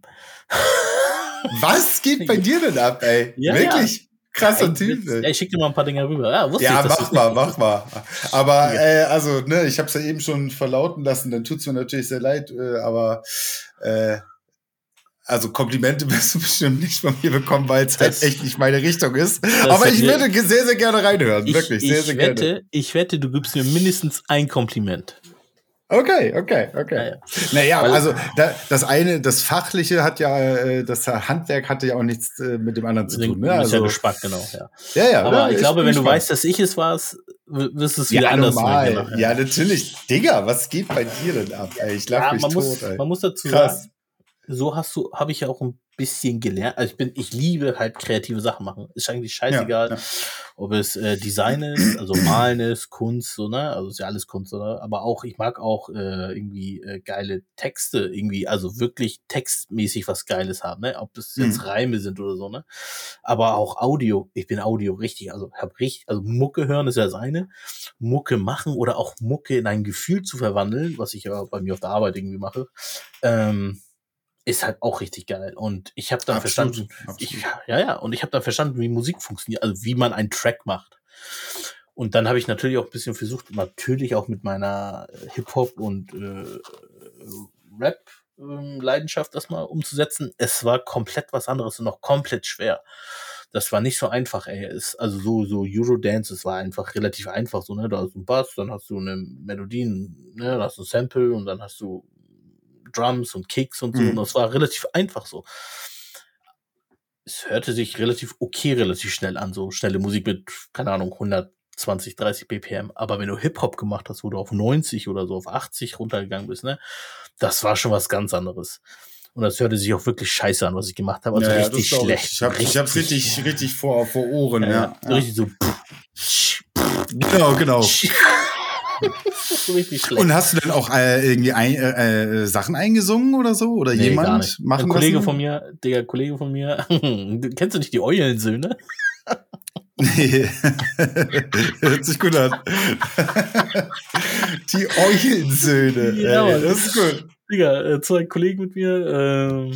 Was geht bei dir denn ab, ey? Ja, Wirklich? Krasser Ein Typ, Witz. Ja, ey. ich schick dir mal ein paar Dinge rüber. Ja, wusste Ja, ich, dass mach du- mal, mach mal. Aber, äh, also, ne, ich hab's ja eben schon verlauten lassen, dann tut's mir natürlich sehr leid, äh, aber, äh, also Komplimente wirst du bestimmt nicht von mir bekommen, weil es halt Das- echt nicht meine Richtung ist. Aber ich hätte- würde ge- sehr, sehr gerne reinhören. Ich, Wirklich, sehr, ich sehr gerne. wette, ich wette, du gibst mir mindestens ein Kompliment. Okay, okay, okay. Ja, ja. Naja, Weil- also da, das eine, das Fachliche hat ja, äh, das Handwerk hatte ja auch nichts äh, mit dem anderen zu tun. Ne? Du bist ja Also, Geschmack, genau. Ja. ja, ja, Aber ja, ich glaube, bin wenn du gespannt. weißt, dass ich es war, wirst du es wieder Ja, anders normal. machen, genau. Ja, natürlich. Digga, was geht bei dir denn ab? Ey, ich lach Ja, mich man, tot, muss, ey. man muss dazu Krass. sagen, so hast du, habe ich ja auch ein bisschen gelernt. Also ich bin, ich liebe halt kreative Sachen machen. Ist eigentlich scheißegal, Ja, ja. ob es äh, Design ist, also Malen ist, Kunst, so, ne? Also ist ja alles Kunst, oder? Aber auch, ich mag auch äh, irgendwie äh, geile Texte, irgendwie, also wirklich textmäßig was Geiles haben, ne? Ob das jetzt Mhm. Reime sind oder so, ne? Aber auch Audio. Ich bin Audio richtig, also hab richtig, also Mucke hören ist ja das eine. Mucke machen oder auch Mucke in ein Gefühl zu verwandeln, was ich ja bei mir auf der Arbeit irgendwie mache, ähm, ist halt auch richtig geil. Und ich habe dann Absolut, verstanden, ich, absolut. ja, ja, und ich habe dann verstanden, wie Musik funktioniert, also wie man einen Track macht. Und dann habe ich natürlich auch ein bisschen versucht, natürlich auch mit meiner Hip-Hop und äh, Rap-Leidenschaft das mal umzusetzen. Es war komplett was anderes und noch komplett schwer. Das war nicht so einfach, ey. Es, also so, so Eurodance, es war einfach relativ einfach, so, ne? Da hast du einen Bass, dann hast du eine Melodie, ne? Dann hast du ein Sample und dann hast du Drums und Kicks und so. Mhm. Und das war relativ einfach so. Es hörte sich relativ okay, relativ schnell an, so schnelle Musik mit, keine Ahnung, hundertzwanzig, dreißig B P M. Aber wenn du Hip-Hop gemacht hast, wo du auf neunzig oder so auf achtzig runtergegangen bist, ne? Das war schon was ganz anderes. Und das hörte sich auch wirklich scheiße an, was ich gemacht habe. Also Ja, ja, das richtig glaube ich. schlecht. Ich, hab, ich hab's richtig, richtig vor, vor Ohren, ja, ja. ja. ja. Richtig so. Genau, genau. So richtig schlecht. Und hast du denn auch äh, irgendwie ein, äh, äh, Sachen eingesungen oder so? Oder Nee, jemand gar nicht. machen Ein Kollege lassen? von mir, der Kollege von mir, kennst du nicht die Eulensöhne? Nee. Hört sich gut an. Die Eulensöhne. Ja, Ey, Mann. das ist gut. Digga, äh, zwei Kollegen mit mir, ähm,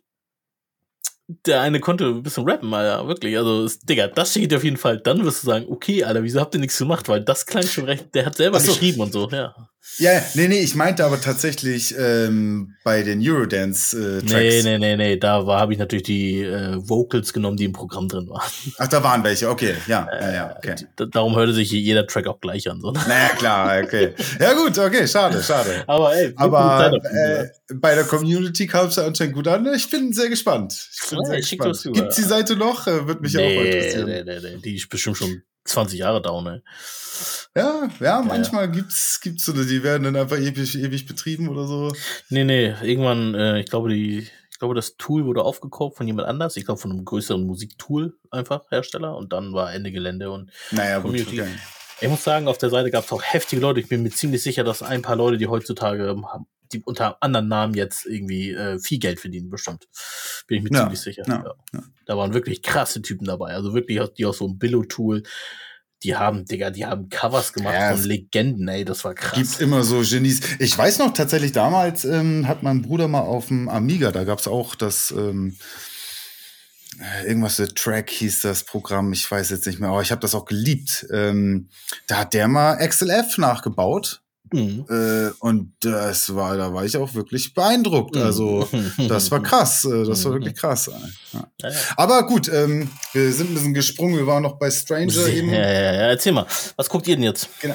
der eine konnte ein bisschen rappen, Alter, wirklich. Also, ist, Digga, das steht auf jeden Fall. Dann wirst du sagen, okay, Alter, wieso habt ihr nichts gemacht? Weil das klang schon recht, der hat selber Ach so. geschrieben und so, ja. Ja, ja, nee, nee, ich meinte aber tatsächlich ähm, bei den Eurodance-Tracks. Nee, nee, nee, nee, da habe ich natürlich die äh, Vocals genommen, die im Programm drin waren. Ach, da waren welche, okay, ja, ja, ja, okay. Äh, darum hörte sich jeder Track auch gleich an. So. Naja, klar, okay. Ja gut, okay, schade, schade. Aber ey, aber äh, bei der Community kam es ja anscheinend gut an. Ich bin sehr gespannt. Ich bin ja, sehr ich gespannt. zu, Gibt's die Seite noch? Würde mich nee, auch interessieren. Nee, nee, nee, die ist bestimmt schon zwanzig Jahre down, ey. Ja, ja, manchmal ja. gibt's gibt's so, die werden dann einfach ewig, ewig betrieben oder so. Nee, nee, irgendwann, äh, ich glaube, die, ich glaube, das Tool wurde aufgekauft von jemand anders. Ich glaube, von einem größeren Musiktool einfach Hersteller und dann war Ende Gelände und naja, Community. Gut, okay. Ich muss sagen, auf der Seite gab es auch heftige Leute. Ich bin mir ziemlich sicher, dass ein paar Leute, die heutzutage haben, die unter anderen Namen jetzt irgendwie äh, viel Geld verdienen, bestimmt. Bin ich mir ja, ziemlich sicher. Ja, ja. Ja. Da waren wirklich krasse Typen dabei. Also wirklich, die aus so einem Billo-Tool, die haben, Digga, die haben Covers gemacht ja, von Legenden, ey, das war krass. Gibt immer so Genies. Ich weiß noch, tatsächlich damals ähm, hat mein Bruder mal auf dem Amiga, da gab's auch das ähm, irgendwas, The Track hieß das Programm, ich weiß jetzt nicht mehr, aber ich habe das auch geliebt. Ähm, da hat der mal X L F nachgebaut. Mhm. Äh, und das war, da war ich auch wirklich beeindruckt. Mhm. Also, das war krass. Das war wirklich krass. Ja. Ja, ja. Aber gut, ähm, wir sind ein bisschen gesprungen. Wir waren noch bei Stranger eben. Ja, ja, ja. Erzähl mal, was guckt ihr denn jetzt? Genau.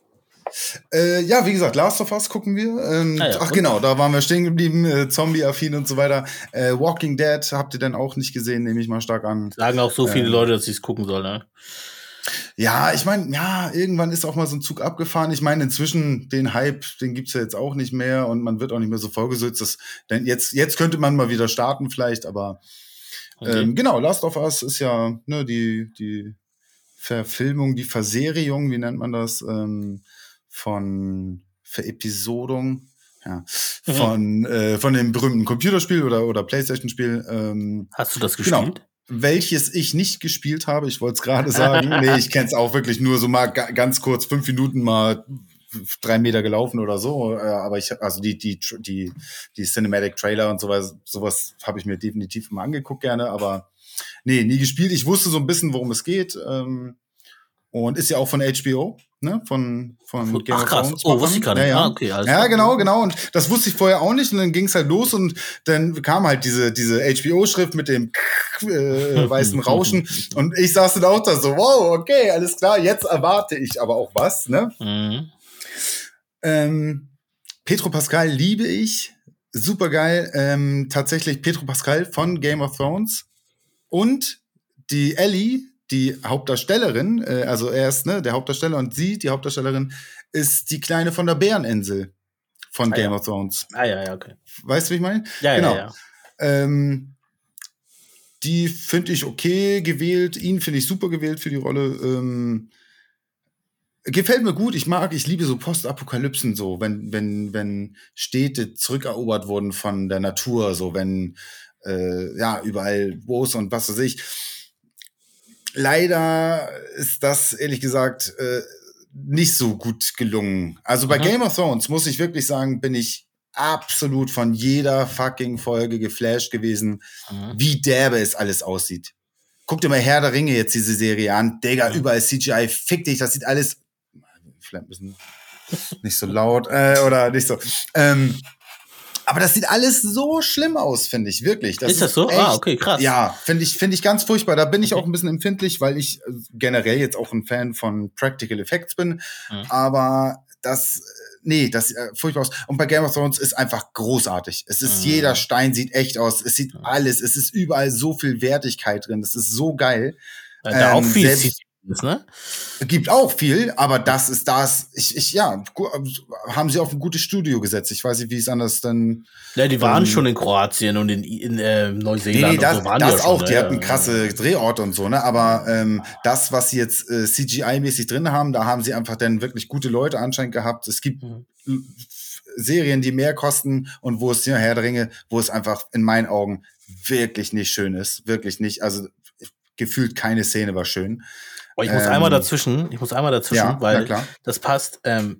Äh, ja, wie gesagt, Last of Us gucken wir. Ähm, ah, ja. Ach, und? Genau, da waren wir stehen geblieben. Äh, Zombie-affin und so weiter. Äh, Walking Dead habt ihr denn auch nicht gesehen, nehme ich mal stark an. Sagen auch so viele ähm, Leute, dass sie es gucken sollen, ne? Ja, ich meine, ja, irgendwann ist auch mal so ein Zug abgefahren. Ich meine, inzwischen den Hype, den gibt's ja jetzt auch nicht mehr und man wird auch nicht mehr so vollgesitzt. Das, denn jetzt, jetzt könnte man mal wieder starten vielleicht, aber okay. ähm, genau, Last of Us ist ja ne, die, die Verfilmung, die Verserierung, wie nennt man das, ähm, von Verepisodung, ja, mhm. von, äh, von dem berühmten Computerspiel oder, oder Playstation-Spiel. Ähm, Hast du das gespielt? Genau. Welches ich nicht gespielt habe, ich wollte es gerade sagen. Nee, ich kenne es auch wirklich nur so mal ga- ganz kurz, fünf Minuten mal drei Meter gelaufen oder so. Aber ich also die die die die Cinematic Trailer und sowas sowas habe ich mir definitiv immer angeguckt gerne, aber nee, nie gespielt. Ich wusste so ein bisschen, worum es geht. Ähm, und ist ja auch von H B O, ne? Von von Game Ach, of krass. Thrones. Oh, wusste ich gar nicht. Ja, ja. Ah, okay, alles ja klar. genau, genau. Und das wusste ich vorher auch nicht. Und dann ging es halt los und dann kam halt diese diese H B O-Schrift mit dem äh, weißen Rauschen. Und ich saß dann auch da so, wow, okay, alles klar. Jetzt erwarte ich aber auch was, ne? Mhm. Ähm, Pedro Pascal liebe ich. Super geil. Ähm, tatsächlich Pedro Pascal von Game of Thrones. Und die Ellie, die Hauptdarstellerin, äh, also er ist ne, der Hauptdarsteller und sie, die Hauptdarstellerin, ist die Kleine von der Bäreninsel von ah, Game ja. of Thrones. Ah ja, ja, okay. Weißt du, wie ich meine? Ja, genau. ja, ja. Ähm, die finde ich okay gewählt. Ihn finde ich super gewählt für die Rolle. Ähm, gefällt mir gut. Ich mag, ich liebe so Postapokalypsen, so, wenn, wenn, wenn Städte zurückerobert wurden von der Natur, so, wenn, äh, ja, überall Woos und was weiß ich. Leider ist das, ehrlich gesagt, äh, nicht so gut gelungen. Also bei mhm. Game of Thrones, muss ich wirklich sagen, bin ich absolut von jeder fucking Folge geflasht gewesen, mhm. wie derbe es alles aussieht. Guck dir mal Herr der Ringe jetzt diese Serie an. Digga, mhm. überall C G I, fick dich, das sieht alles vielleicht ein bisschen nicht so laut äh, oder nicht so. Ähm, aber das sieht alles so schlimm aus, finde ich, wirklich. Das ist das so? Echt, ah, okay, krass. Ja, finde ich, finde ich ganz furchtbar. Da bin ich okay. auch ein bisschen empfindlich, weil ich generell jetzt auch ein Fan von Practical Effects bin. Mhm. Aber das, nee, das sieht äh, furchtbar aus. Und bei Game of Thrones ist einfach großartig. Es ist, mhm. jeder Stein sieht echt aus. Es sieht mhm. alles. Es ist überall so viel Wertigkeit drin. Das ist so geil. Ja, da ähm, auch viel selbst, ist, ne? Gibt auch viel, aber das ist das, ich, ich, ja, haben sie auf ein gutes Studio gesetzt. Ich weiß nicht, wie es anders dann. Ja, die waren ähm, schon in Kroatien und in, in äh, Neuseeland. Nee, nee, das, und so waren das die auch, schon, die ne? hatten krasse Drehorte und so, ne? Aber ähm, das, was sie jetzt äh, C G I-mäßig drin haben, da haben sie einfach dann wirklich gute Leute anscheinend gehabt. Es gibt mhm. Serien, die mehr kosten und wo es, ja, Herr der Ringe, wo es einfach in meinen Augen wirklich nicht schön ist. Wirklich nicht. Also gefühlt keine Szene war schön. Oh, ich muss ähm, einmal dazwischen, ich muss einmal dazwischen, ja, weil das passt. Ähm,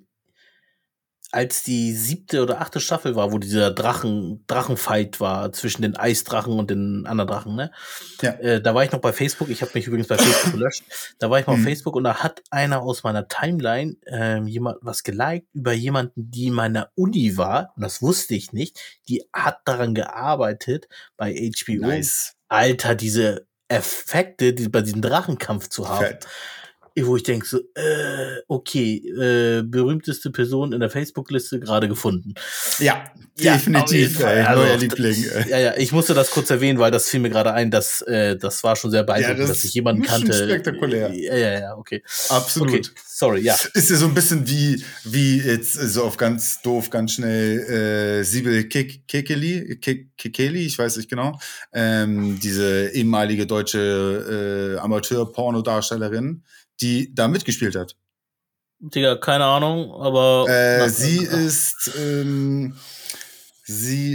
als die siebte oder achte Staffel war, wo dieser Drachen, Drachenfight war zwischen den Eisdrachen und den anderen Drachen, ne? Ja. Äh, da war ich noch bei Facebook, ich habe mich übrigens bei Facebook gelöscht. Da war ich mal mhm. auf Facebook und da hat einer aus meiner Timeline ähm, jemand was geliked über jemanden, die in meiner Uni war, und das wusste ich nicht, die hat daran gearbeitet, bei H B O. Nice. Alter, diese Effekte, die bei diesem Drachenkampf zu haben. Fett. Wo ich denke so, äh, okay, äh, berühmteste Person in der Facebook-Liste gerade gefunden. Ja, definitiv, ja, ey, also, neuer Liebling. Das, ja, ja, ich musste das kurz erwähnen, weil das fiel mir gerade ein, dass äh, das war schon sehr beeindruckend, ja, das dass ich jemanden kannte. Spektakulär. Ja, ja, ja, okay. Absolut. Okay, sorry, ja. Ist ja so ein bisschen wie, wie jetzt so auf ganz doof, ganz schnell äh, Sibel Kekeli, Kekeli, ich weiß nicht genau, ähm, diese ehemalige deutsche äh, Amateur-Pornodarstellerin, die da mitgespielt hat. Digga, keine Ahnung, aber äh, na, sie na. ist ähm, sie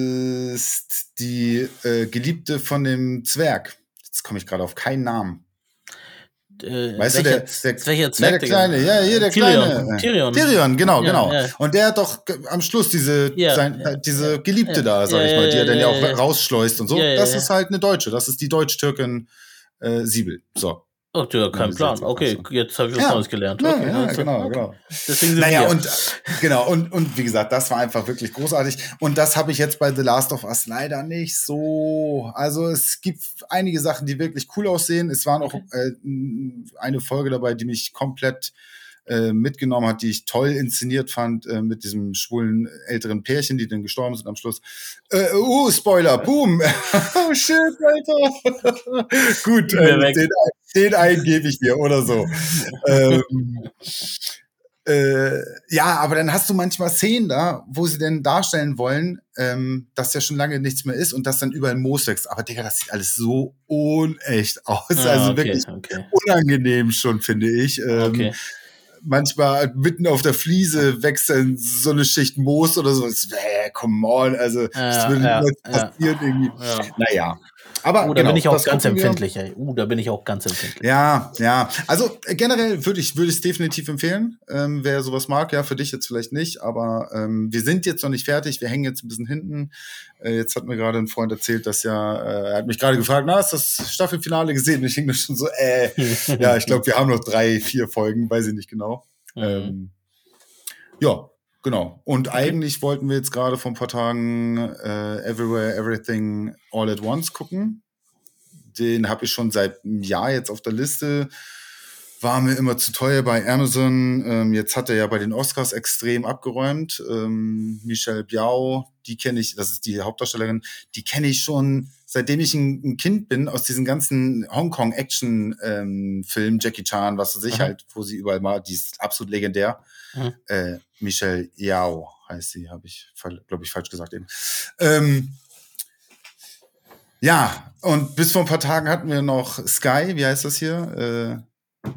ist die äh, Geliebte von dem Zwerg. Jetzt komme ich gerade auf keinen Namen. Äh, weißt welcher, du, der, der, welcher Zwerg, der kleine, ja, hier der Tyrion. kleine. Tyrion. Tyrion, genau, ja, genau. Ja. Und der hat doch am Schluss diese, ja, sein, ja, diese ja, Geliebte ja, da, sag ja, ich mal, die er dann ja auch ja, rausschleust und so. Ja, ja, das ja. ist halt eine Deutsche. Das ist die Deutsch-Türkin äh, Sibel. So. Oh, ja, kein Plan. Okay, jetzt habe ich was ja. Neues gelernt. Ja, okay, ja, also, genau, okay. genau. Deswegen sind naja, wir. und genau, und, und wie gesagt, das war einfach wirklich großartig. Und das habe ich jetzt bei The Last of Us leider nicht so. Also es gibt einige Sachen, die wirklich cool aussehen. Es war noch Okay. äh, eine Folge dabei, die mich komplett äh, mitgenommen hat, die ich toll inszeniert fand, äh, mit diesem schwulen älteren Pärchen, die dann gestorben sind am Schluss. Äh, uh, Spoiler, boom. Oh shit, Alter. Gut, äh, den, den einen gebe ich dir oder so. ähm, äh, ja, aber dann hast du manchmal Szenen da, wo sie denn darstellen wollen, ähm, dass ja schon lange nichts mehr ist und dass dann überall Moos wächst. Aber Digga, das sieht alles so unecht aus. Ah, also okay, wirklich okay. unangenehm schon, finde ich. Ähm, okay. Manchmal mitten auf der Fliese wächst dann so eine Schicht Moos oder so. Äh, come on, also das ja, würde ja, niemals ja, passieren irgendwie. Ja. Naja. Aber uh, da genau, bin ich auch das ganz gucken wir. empfindlich, ey. Uh, da bin ich auch ganz empfindlich. Ja, ja. Also äh, generell würde ich würde ich es definitiv empfehlen, ähm, wer sowas mag. Ja, für dich jetzt vielleicht nicht, aber ähm, wir sind jetzt noch nicht fertig. Wir hängen jetzt ein bisschen hinten. Äh, jetzt hat mir gerade ein Freund erzählt, dass ja, äh, er hat mich gerade gefragt, na, hast du das Staffelfinale gesehen? Und ich hing mir schon so, äh, ja, ich glaube, wir haben noch drei, vier Folgen, weiß ich nicht genau. Mhm. Ähm, ja, genau. Und okay. eigentlich wollten wir jetzt gerade vor ein paar Tagen äh, Everywhere, Everything, All at Once gucken. Den habe ich schon seit einem Jahr jetzt auf der Liste. War mir immer zu teuer bei Amazon. Ähm, jetzt hat er ja bei den Oscars extrem abgeräumt. Ähm, Michelle Biao, die kenne ich, das ist die Hauptdarstellerin, die kenne ich schon, seitdem ich ein, ein Kind bin, aus diesen ganzen Hongkong-Action-Filmen, ähm, Jackie Chan, was weiß ich mhm. halt, wo sie überall mal, die ist absolut legendär. Mhm. Äh, Michelle Yao heißt sie, habe ich, glaube ich, falsch gesagt eben. Ähm, Ja, und bis vor ein paar Tagen hatten wir noch Sky, wie heißt das hier? Äh,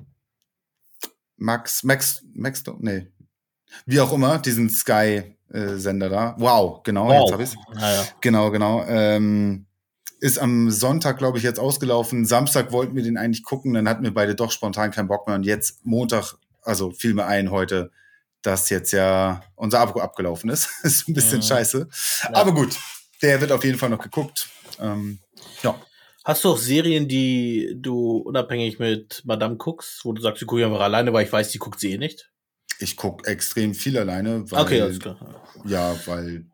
Max, Max, Max, nee. Wie auch immer, diesen Sky-Sender da. Wow, genau, Wow. jetzt habe ich's. Naja. Genau, genau. Ähm, ist am Sonntag, glaube ich, jetzt ausgelaufen. Samstag wollten wir den eigentlich gucken, dann hatten wir beide doch spontan keinen Bock mehr. Und jetzt Montag, also fiel mir ein heute, dass jetzt ja unser Abo abgelaufen ist. Ist ein bisschen Mhm. scheiße. Ja. Aber gut, der wird auf jeden Fall noch geguckt. Ähm, ja. Hast du auch Serien, die du unabhängig mit Madame guckst, wo du sagst, ich gucke einfach alleine, weil ich weiß, die guckt sie eh nicht? Ich gucke extrem viel alleine, weil, Okay, alles klar. ja, weil,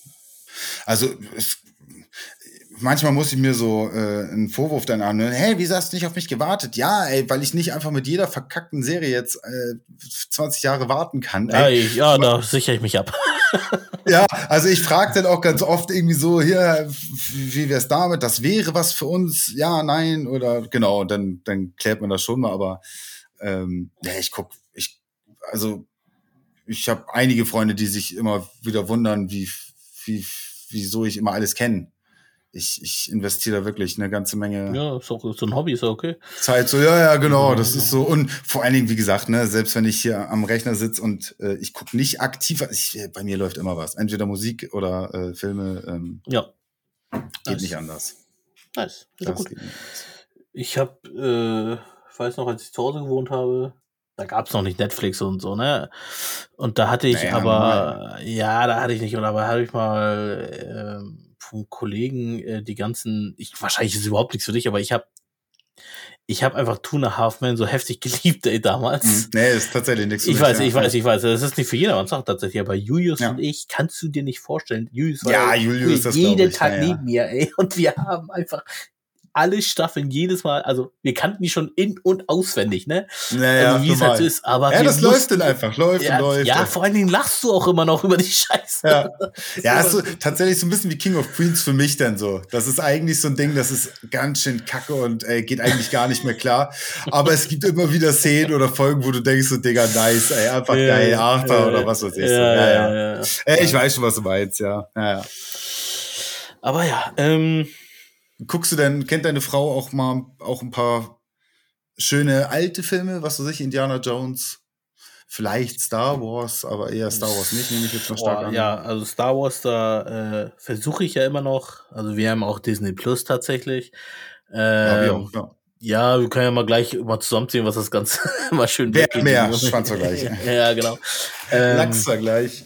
also es, manchmal muss ich mir so äh, einen Vorwurf dann anhören, hey, wieso hast du nicht auf mich gewartet? Ja, ey, weil ich nicht einfach mit jeder verkackten Serie jetzt äh, zwanzig Jahre warten kann. Ja, Ey. ich, ja, da sichere ich mich ab. Ja, also ich frage dann auch ganz oft irgendwie so, hier, wie wär's damit? Das wäre was für uns? Ja, nein, oder genau, dann, dann klärt man das schon mal, aber ähm, ja, ich guck, ich, also ich habe einige Freunde, die sich immer wieder wundern, wie, wie, wieso ich immer alles kenne. Ich, ich investiere da wirklich eine ganze Menge Ja, ist auch so ein Hobby, ist ja okay. Zeit. So, ja, ja, genau, das ist so. Und vor allen Dingen, wie gesagt, ne, selbst wenn ich hier am Rechner sitze und äh, ich gucke nicht aktiv, ich, bei mir läuft immer was. Entweder Musik oder äh, Filme. Ähm, Ja. geht Nice. nicht anders. Nice. Ist ja Das gut. geht nicht anders. Ich habe, äh, ich weiß noch, als ich zu Hause gewohnt habe, da gab's noch nicht Netflix und so, ne? Und da hatte ich Naja, aber, ja, da hatte ich nicht, oder aber habe ich mal ähm, vom Kollegen äh, die ganzen, ich wahrscheinlich ist es überhaupt nichts für dich, aber ich habe ich habe einfach Two and a Half Men so heftig geliebt, ey, damals. Mhm. Nee, ist tatsächlich nichts für Ich mich, weiß, ja. ich weiß, ich weiß, das ist nicht für jedermanns Sache tatsächlich, aber Julius Ja. und ich, kannst du dir nicht vorstellen, Julius war Ja, Julius, das jeden glaub ich, Tag ja, ja. neben mir, ey, und wir haben einfach alle Staffeln jedes Mal, also wir kannten die schon in- und auswendig, ne? Naja, also wie es halt so ist, aber ja, wir das läuft mussten- dann einfach, läuft ja, und läuft. ja, vor allen Dingen lachst du auch immer noch über die Scheiße. Ja, ja, ist so, Das ist tatsächlich so ein bisschen wie King of Queens für mich dann so. Das ist eigentlich so ein Ding, das ist ganz schön kacke und ey, geht eigentlich gar nicht mehr klar. Aber es gibt immer wieder Szenen oder Folgen, wo du denkst, so Digga, nice, ey, einfach Ja, geil, Arthur ja, oder was weiß ich. ja, so. Ja, ja, ja. ja, ja. Ey, ich weiß schon, was du meinst, ja. ja, ja. Aber ja, ähm, Guckst du denn, kennt deine Frau auch mal auch ein paar schöne alte Filme, was weiß ich, Indiana Jones? Vielleicht Star Wars, aber eher Star Wars nicht, nehme ich jetzt mal stark boah, an. ja, also Star Wars, da äh, versuche ich ja immer noch, also wir haben auch Disney Plus tatsächlich. Ja, Ähm, wie auch, ja. Ja, wir können ja mal gleich mal zusammenziehen, was das Ganze mal schön Wer weggeht. mehr, Schwanzvergleich. Ja, genau. Ähm, Lachsvergleich.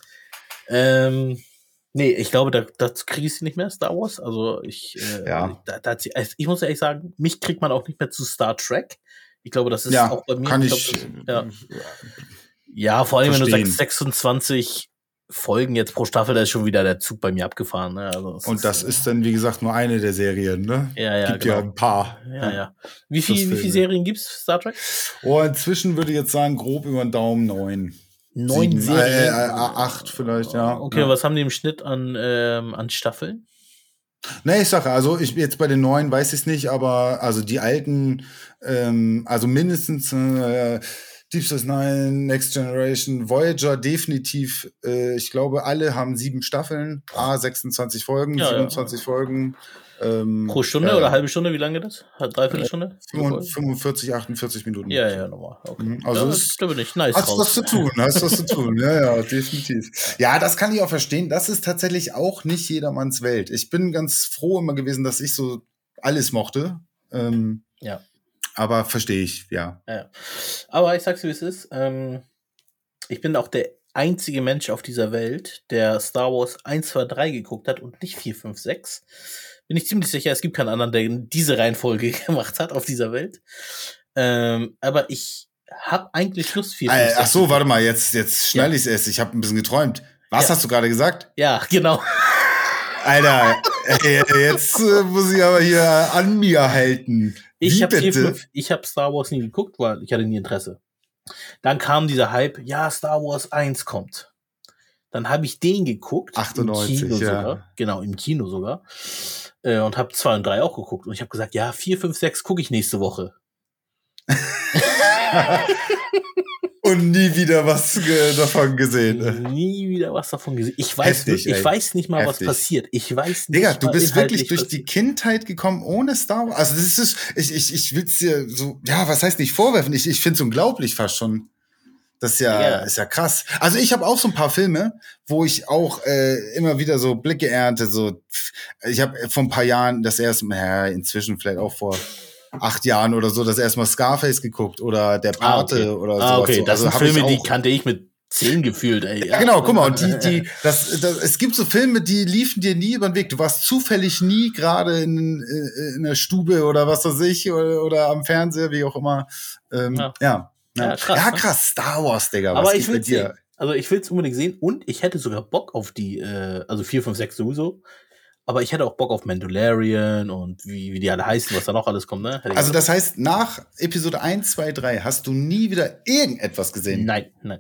ähm, nee, ich glaube, da, dazu kriege ich sie nicht mehr, Star Wars. Also ich, äh, Ja. da, da, hat sie- also ich muss ehrlich sagen, mich kriegt man auch nicht mehr zu Star Trek. Ich glaube, das ist Ja, auch bei mir. kann ich ich, glaub, das, ja. ja, vor allem, wenn du verstehen. sagst, sechsundzwanzig Folgen jetzt pro Staffel, da ist schon wieder der Zug bei mir abgefahren. Ne? Also, es Und das äh, ist dann, wie gesagt, nur eine der Serien, ne? Ja, ja, Gibt genau. ja ein paar. Ja, ja. Wie viel, wie Filme. viele Serien gibt's Star Trek? Oh, inzwischen würde ich jetzt sagen, grob über den Daumen neun. Neun Sieben, Serien? Äh, äh, acht vielleicht, ja. Okay, ja. was haben die im Schnitt an, ähm, an Staffeln? Ne, ich sage, also ich jetzt bei den neuen weiß ich es nicht, aber also die alten, ähm, also mindestens äh, Deep Space Nine, Next Generation, Voyager definitiv, äh, ich glaube, alle haben sieben Staffeln, a sechsundzwanzig Folgen, Ja, ja. siebenundzwanzig Folgen. Ähm, Pro Stunde ja, oder ja. halbe Stunde? Wie lange das? Hat dreiviertel Stunde? fünfundvierzig, achtundvierzig Minuten. Ja, ja, normal. Okay. Mhm, also ja, es das stimmt nicht. Nice Hast raus. was zu tun, hast was zu tun. Ja, ja, definitiv. Ja, das kann ich auch verstehen. Das ist tatsächlich auch nicht jedermanns Welt. Ich bin ganz froh immer gewesen, dass ich so alles mochte. Ähm, Ja. aber verstehe ich, ja. Ja, ja. Aber ich sag's dir, wie es ist. Ähm, ich bin auch der einzige Mensch auf dieser Welt, der Star Wars eins, zwei, drei geguckt hat und nicht vier, fünf, sechs. Bin ich ziemlich sicher, es gibt keinen anderen, der diese Reihenfolge gemacht hat auf dieser Welt. Ähm, aber ich habe eigentlich Lust, vier, fünf, Äh, sechs. ach so, warte mal, jetzt, jetzt schnell Ja. ich's erst. Ich habe ein bisschen geträumt. Was Ja. hast du gerade gesagt? Ja, genau. Alter, ey, jetzt äh, muss ich aber hier an mir halten. Ich Wie habe bitte? ich hab Star Wars nie geguckt, weil ich hatte nie Interesse. Dann kam dieser Hype, ja, Star Wars eins kommt. Dann habe ich den geguckt. achtundneunzig, im Kino ja. sogar. Genau, im Kino sogar. Äh, und habe zwei und drei auch geguckt. Und ich habe gesagt, ja, vier, fünf, sechs gucke ich nächste Woche. Und nie wieder was ge- davon gesehen. Nie wieder was davon gesehen. Ich weiß, Heftig, ich ey. weiß nicht mal, Heftig. was passiert. Ich weiß nicht Digga, du mal bist wirklich inhaltlich, durch was- die Kindheit gekommen ohne Star Wars. Also das ist, ich, ich, ich will's dir so, ja, was heißt nicht vorwerfen? Ich, ich find's unglaublich fast schon. Das ist ja, Digga. ist ja krass. Also ich habe auch so ein paar Filme, wo ich auch äh, immer wieder so Blicke ernte. So, ich habe vor ein paar Jahren das erste Mal, ja, inzwischen vielleicht auch vor acht Jahren oder so, das erste Mal Scarface geguckt oder Der Ah, Pate okay. oder Ah, sowas. okay. So. Das Also sind hab ich Filme, die auch- kannte ich mit zehn gefühlt, ey. Ja, genau, guck mal, und die, die, das, das, es gibt so Filme, die liefen dir nie über den Weg. Du warst zufällig nie gerade in, in der Stube oder was weiß ich, oder, oder am Fernseher, wie auch immer. Ähm, Ja. ja. Ja. Ja, krass, ja, ne? krass, Star Wars, Digga. Aber was ich geht bei will's dir? sehen. Also ich will's unbedingt sehen und ich hätte sogar Bock auf die, äh, also vier, fünf, sechs sowieso. Aber ich hätte auch Bock auf Mandalorian und wie, wie die alle heißen, was da noch alles kommt, ne? Hätte ich Also Bock. das heißt, nach Episode eins, zwei, drei hast du nie wieder irgendetwas gesehen? Nein, nein.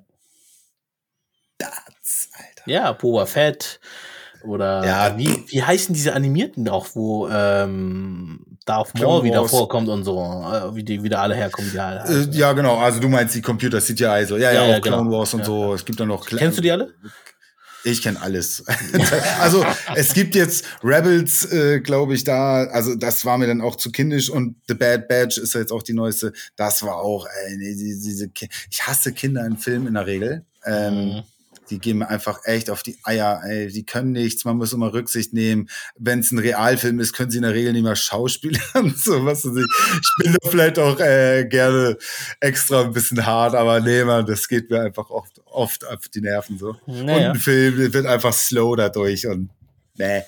Das, Alter. Ja, Boba Fett oder Ja. wie, wie heißen diese Animierten auch, wo ähm, Darth Clone Maul wieder Wars. vorkommt und so, äh, wie die wieder alle herkommen, die alle Äh, heißen. ja, genau. Also du meinst die Computer C G I so. Ja, ja, Ja, auch ja, genau. Clone Wars und Ja, so. Es gibt dann noch. Kle- Kennst du die alle? Ich kenne alles. Also es gibt jetzt Rebels, äh, glaube ich, da. Also das war mir dann auch zu kindisch und The Bad Batch ist ja jetzt auch die neueste. Das war auch. Ey, nee, diese, diese Ki- ich hasse Kinder in Filmen in der Regel. Ähm, Mhm. Die gehen mir einfach echt auf die Eier. Ey. Die können nichts. Man muss immer Rücksicht nehmen. Wenn es ein Realfilm ist, können sie in der Regel nicht mehr schauspielern. So, was weiß ich. Ich bin da vielleicht auch äh, gerne extra ein bisschen hart, aber nee, man, das geht mir einfach oft, oft auf die Nerven so. Naja. Und ein Film der wird einfach slow dadurch und nee.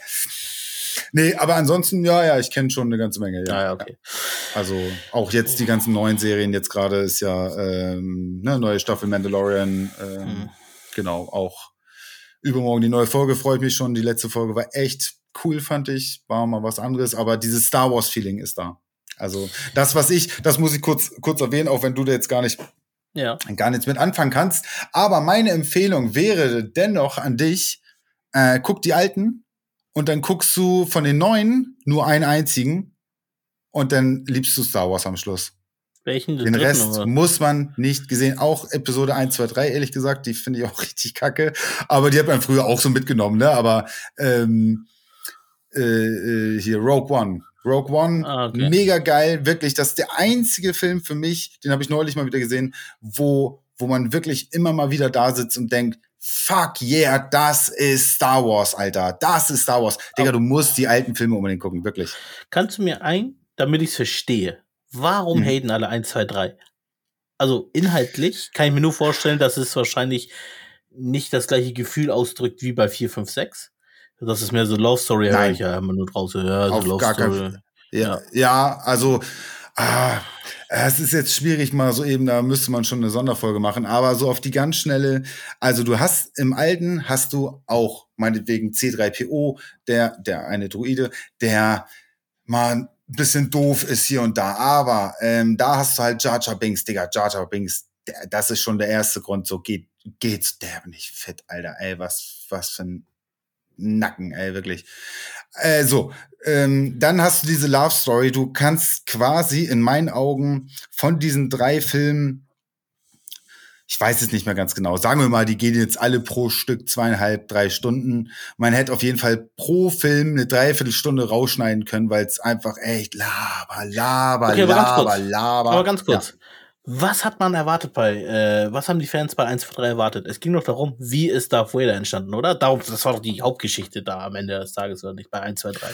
Nee, aber ansonsten, ja, ja, ich kenne schon eine ganze Menge. Ja, Ah, ja, okay. Also auch jetzt die ganzen neuen Serien, jetzt gerade ist ja ähm, ne, neue Staffel Mandalorian, ähm, Mhm. genau, auch übermorgen die neue Folge, freut mich schon. Die letzte Folge war echt cool, fand ich, war mal was anderes, aber dieses Star Wars Feeling ist da. Also das, was ich, das muss ich kurz kurz erwähnen, auch wenn du da jetzt gar nicht Ja. gar nichts mit anfangen kannst. Aber meine Empfehlung wäre dennoch an dich, äh, guck die alten und dann guckst du von den neuen nur einen einzigen und dann liebst du Star Wars am Schluss. Welchen? Den Rest muss man nicht gesehen. Auch Episode eins, zwei, drei, ehrlich gesagt, die finde ich auch richtig kacke. Aber die hat man früher auch so mitgenommen, ne? Aber ähm, äh, äh, hier Rogue One. Rogue One, Ah, okay. mega geil, wirklich. Das ist der einzige Film für mich, den habe ich neulich mal wieder gesehen, wo, wo man wirklich immer mal wieder da sitzt und denkt, fuck yeah, das ist Star Wars, Alter. Das ist Star Wars. Digga, du musst die alten Filme unbedingt gucken, wirklich. Kannst du mir ein, damit ich es verstehe, warum Mhm. haten alle eins, zwei, drei? Also inhaltlich kann ich mir nur vorstellen, dass es wahrscheinlich nicht das gleiche Gefühl ausdrückt wie bei vier, fünf, sechs. Das ist mehr so Love Story, höre Nein. ich ja immer nur draußen. Ja, so Auf Love gar keinen Story. Fall. Ja, ja, also ah, es ist jetzt schwierig mal so eben, da müsste man schon eine Sonderfolge machen, aber so auf die ganz schnelle, also du hast im Alten hast du auch meinetwegen C drei P O, der der eine Droide, der mal ein bisschen doof ist hier und da, aber ähm, da hast du halt Jar Jar Binks, Digga, Jar Jar Binks, der, das ist schon der erste Grund, so geht geht's der nicht fit, Alter, ey, was was für ein Nacken, ey, wirklich. Äh, so, ähm, dann hast du diese Love Story. Du kannst quasi in meinen Augen von diesen drei Filmen, ich weiß es nicht mehr ganz genau, sagen wir mal, die gehen jetzt alle pro Stück zweieinhalb, drei Stunden. Man hätte auf jeden Fall pro Film eine Dreiviertelstunde rausschneiden können, weil es einfach echt laber, laber, Okay, aber ganz laber, kurz. laber. Aber ganz kurz. Ja. Was hat man erwartet bei, äh, was haben die Fans bei eins, zwei, drei erwartet? Es ging doch darum, wie ist Darth Vader entstanden, oder? Darum, das war doch die Hauptgeschichte da am Ende des Tages, oder nicht? Bei eins, zwei, drei.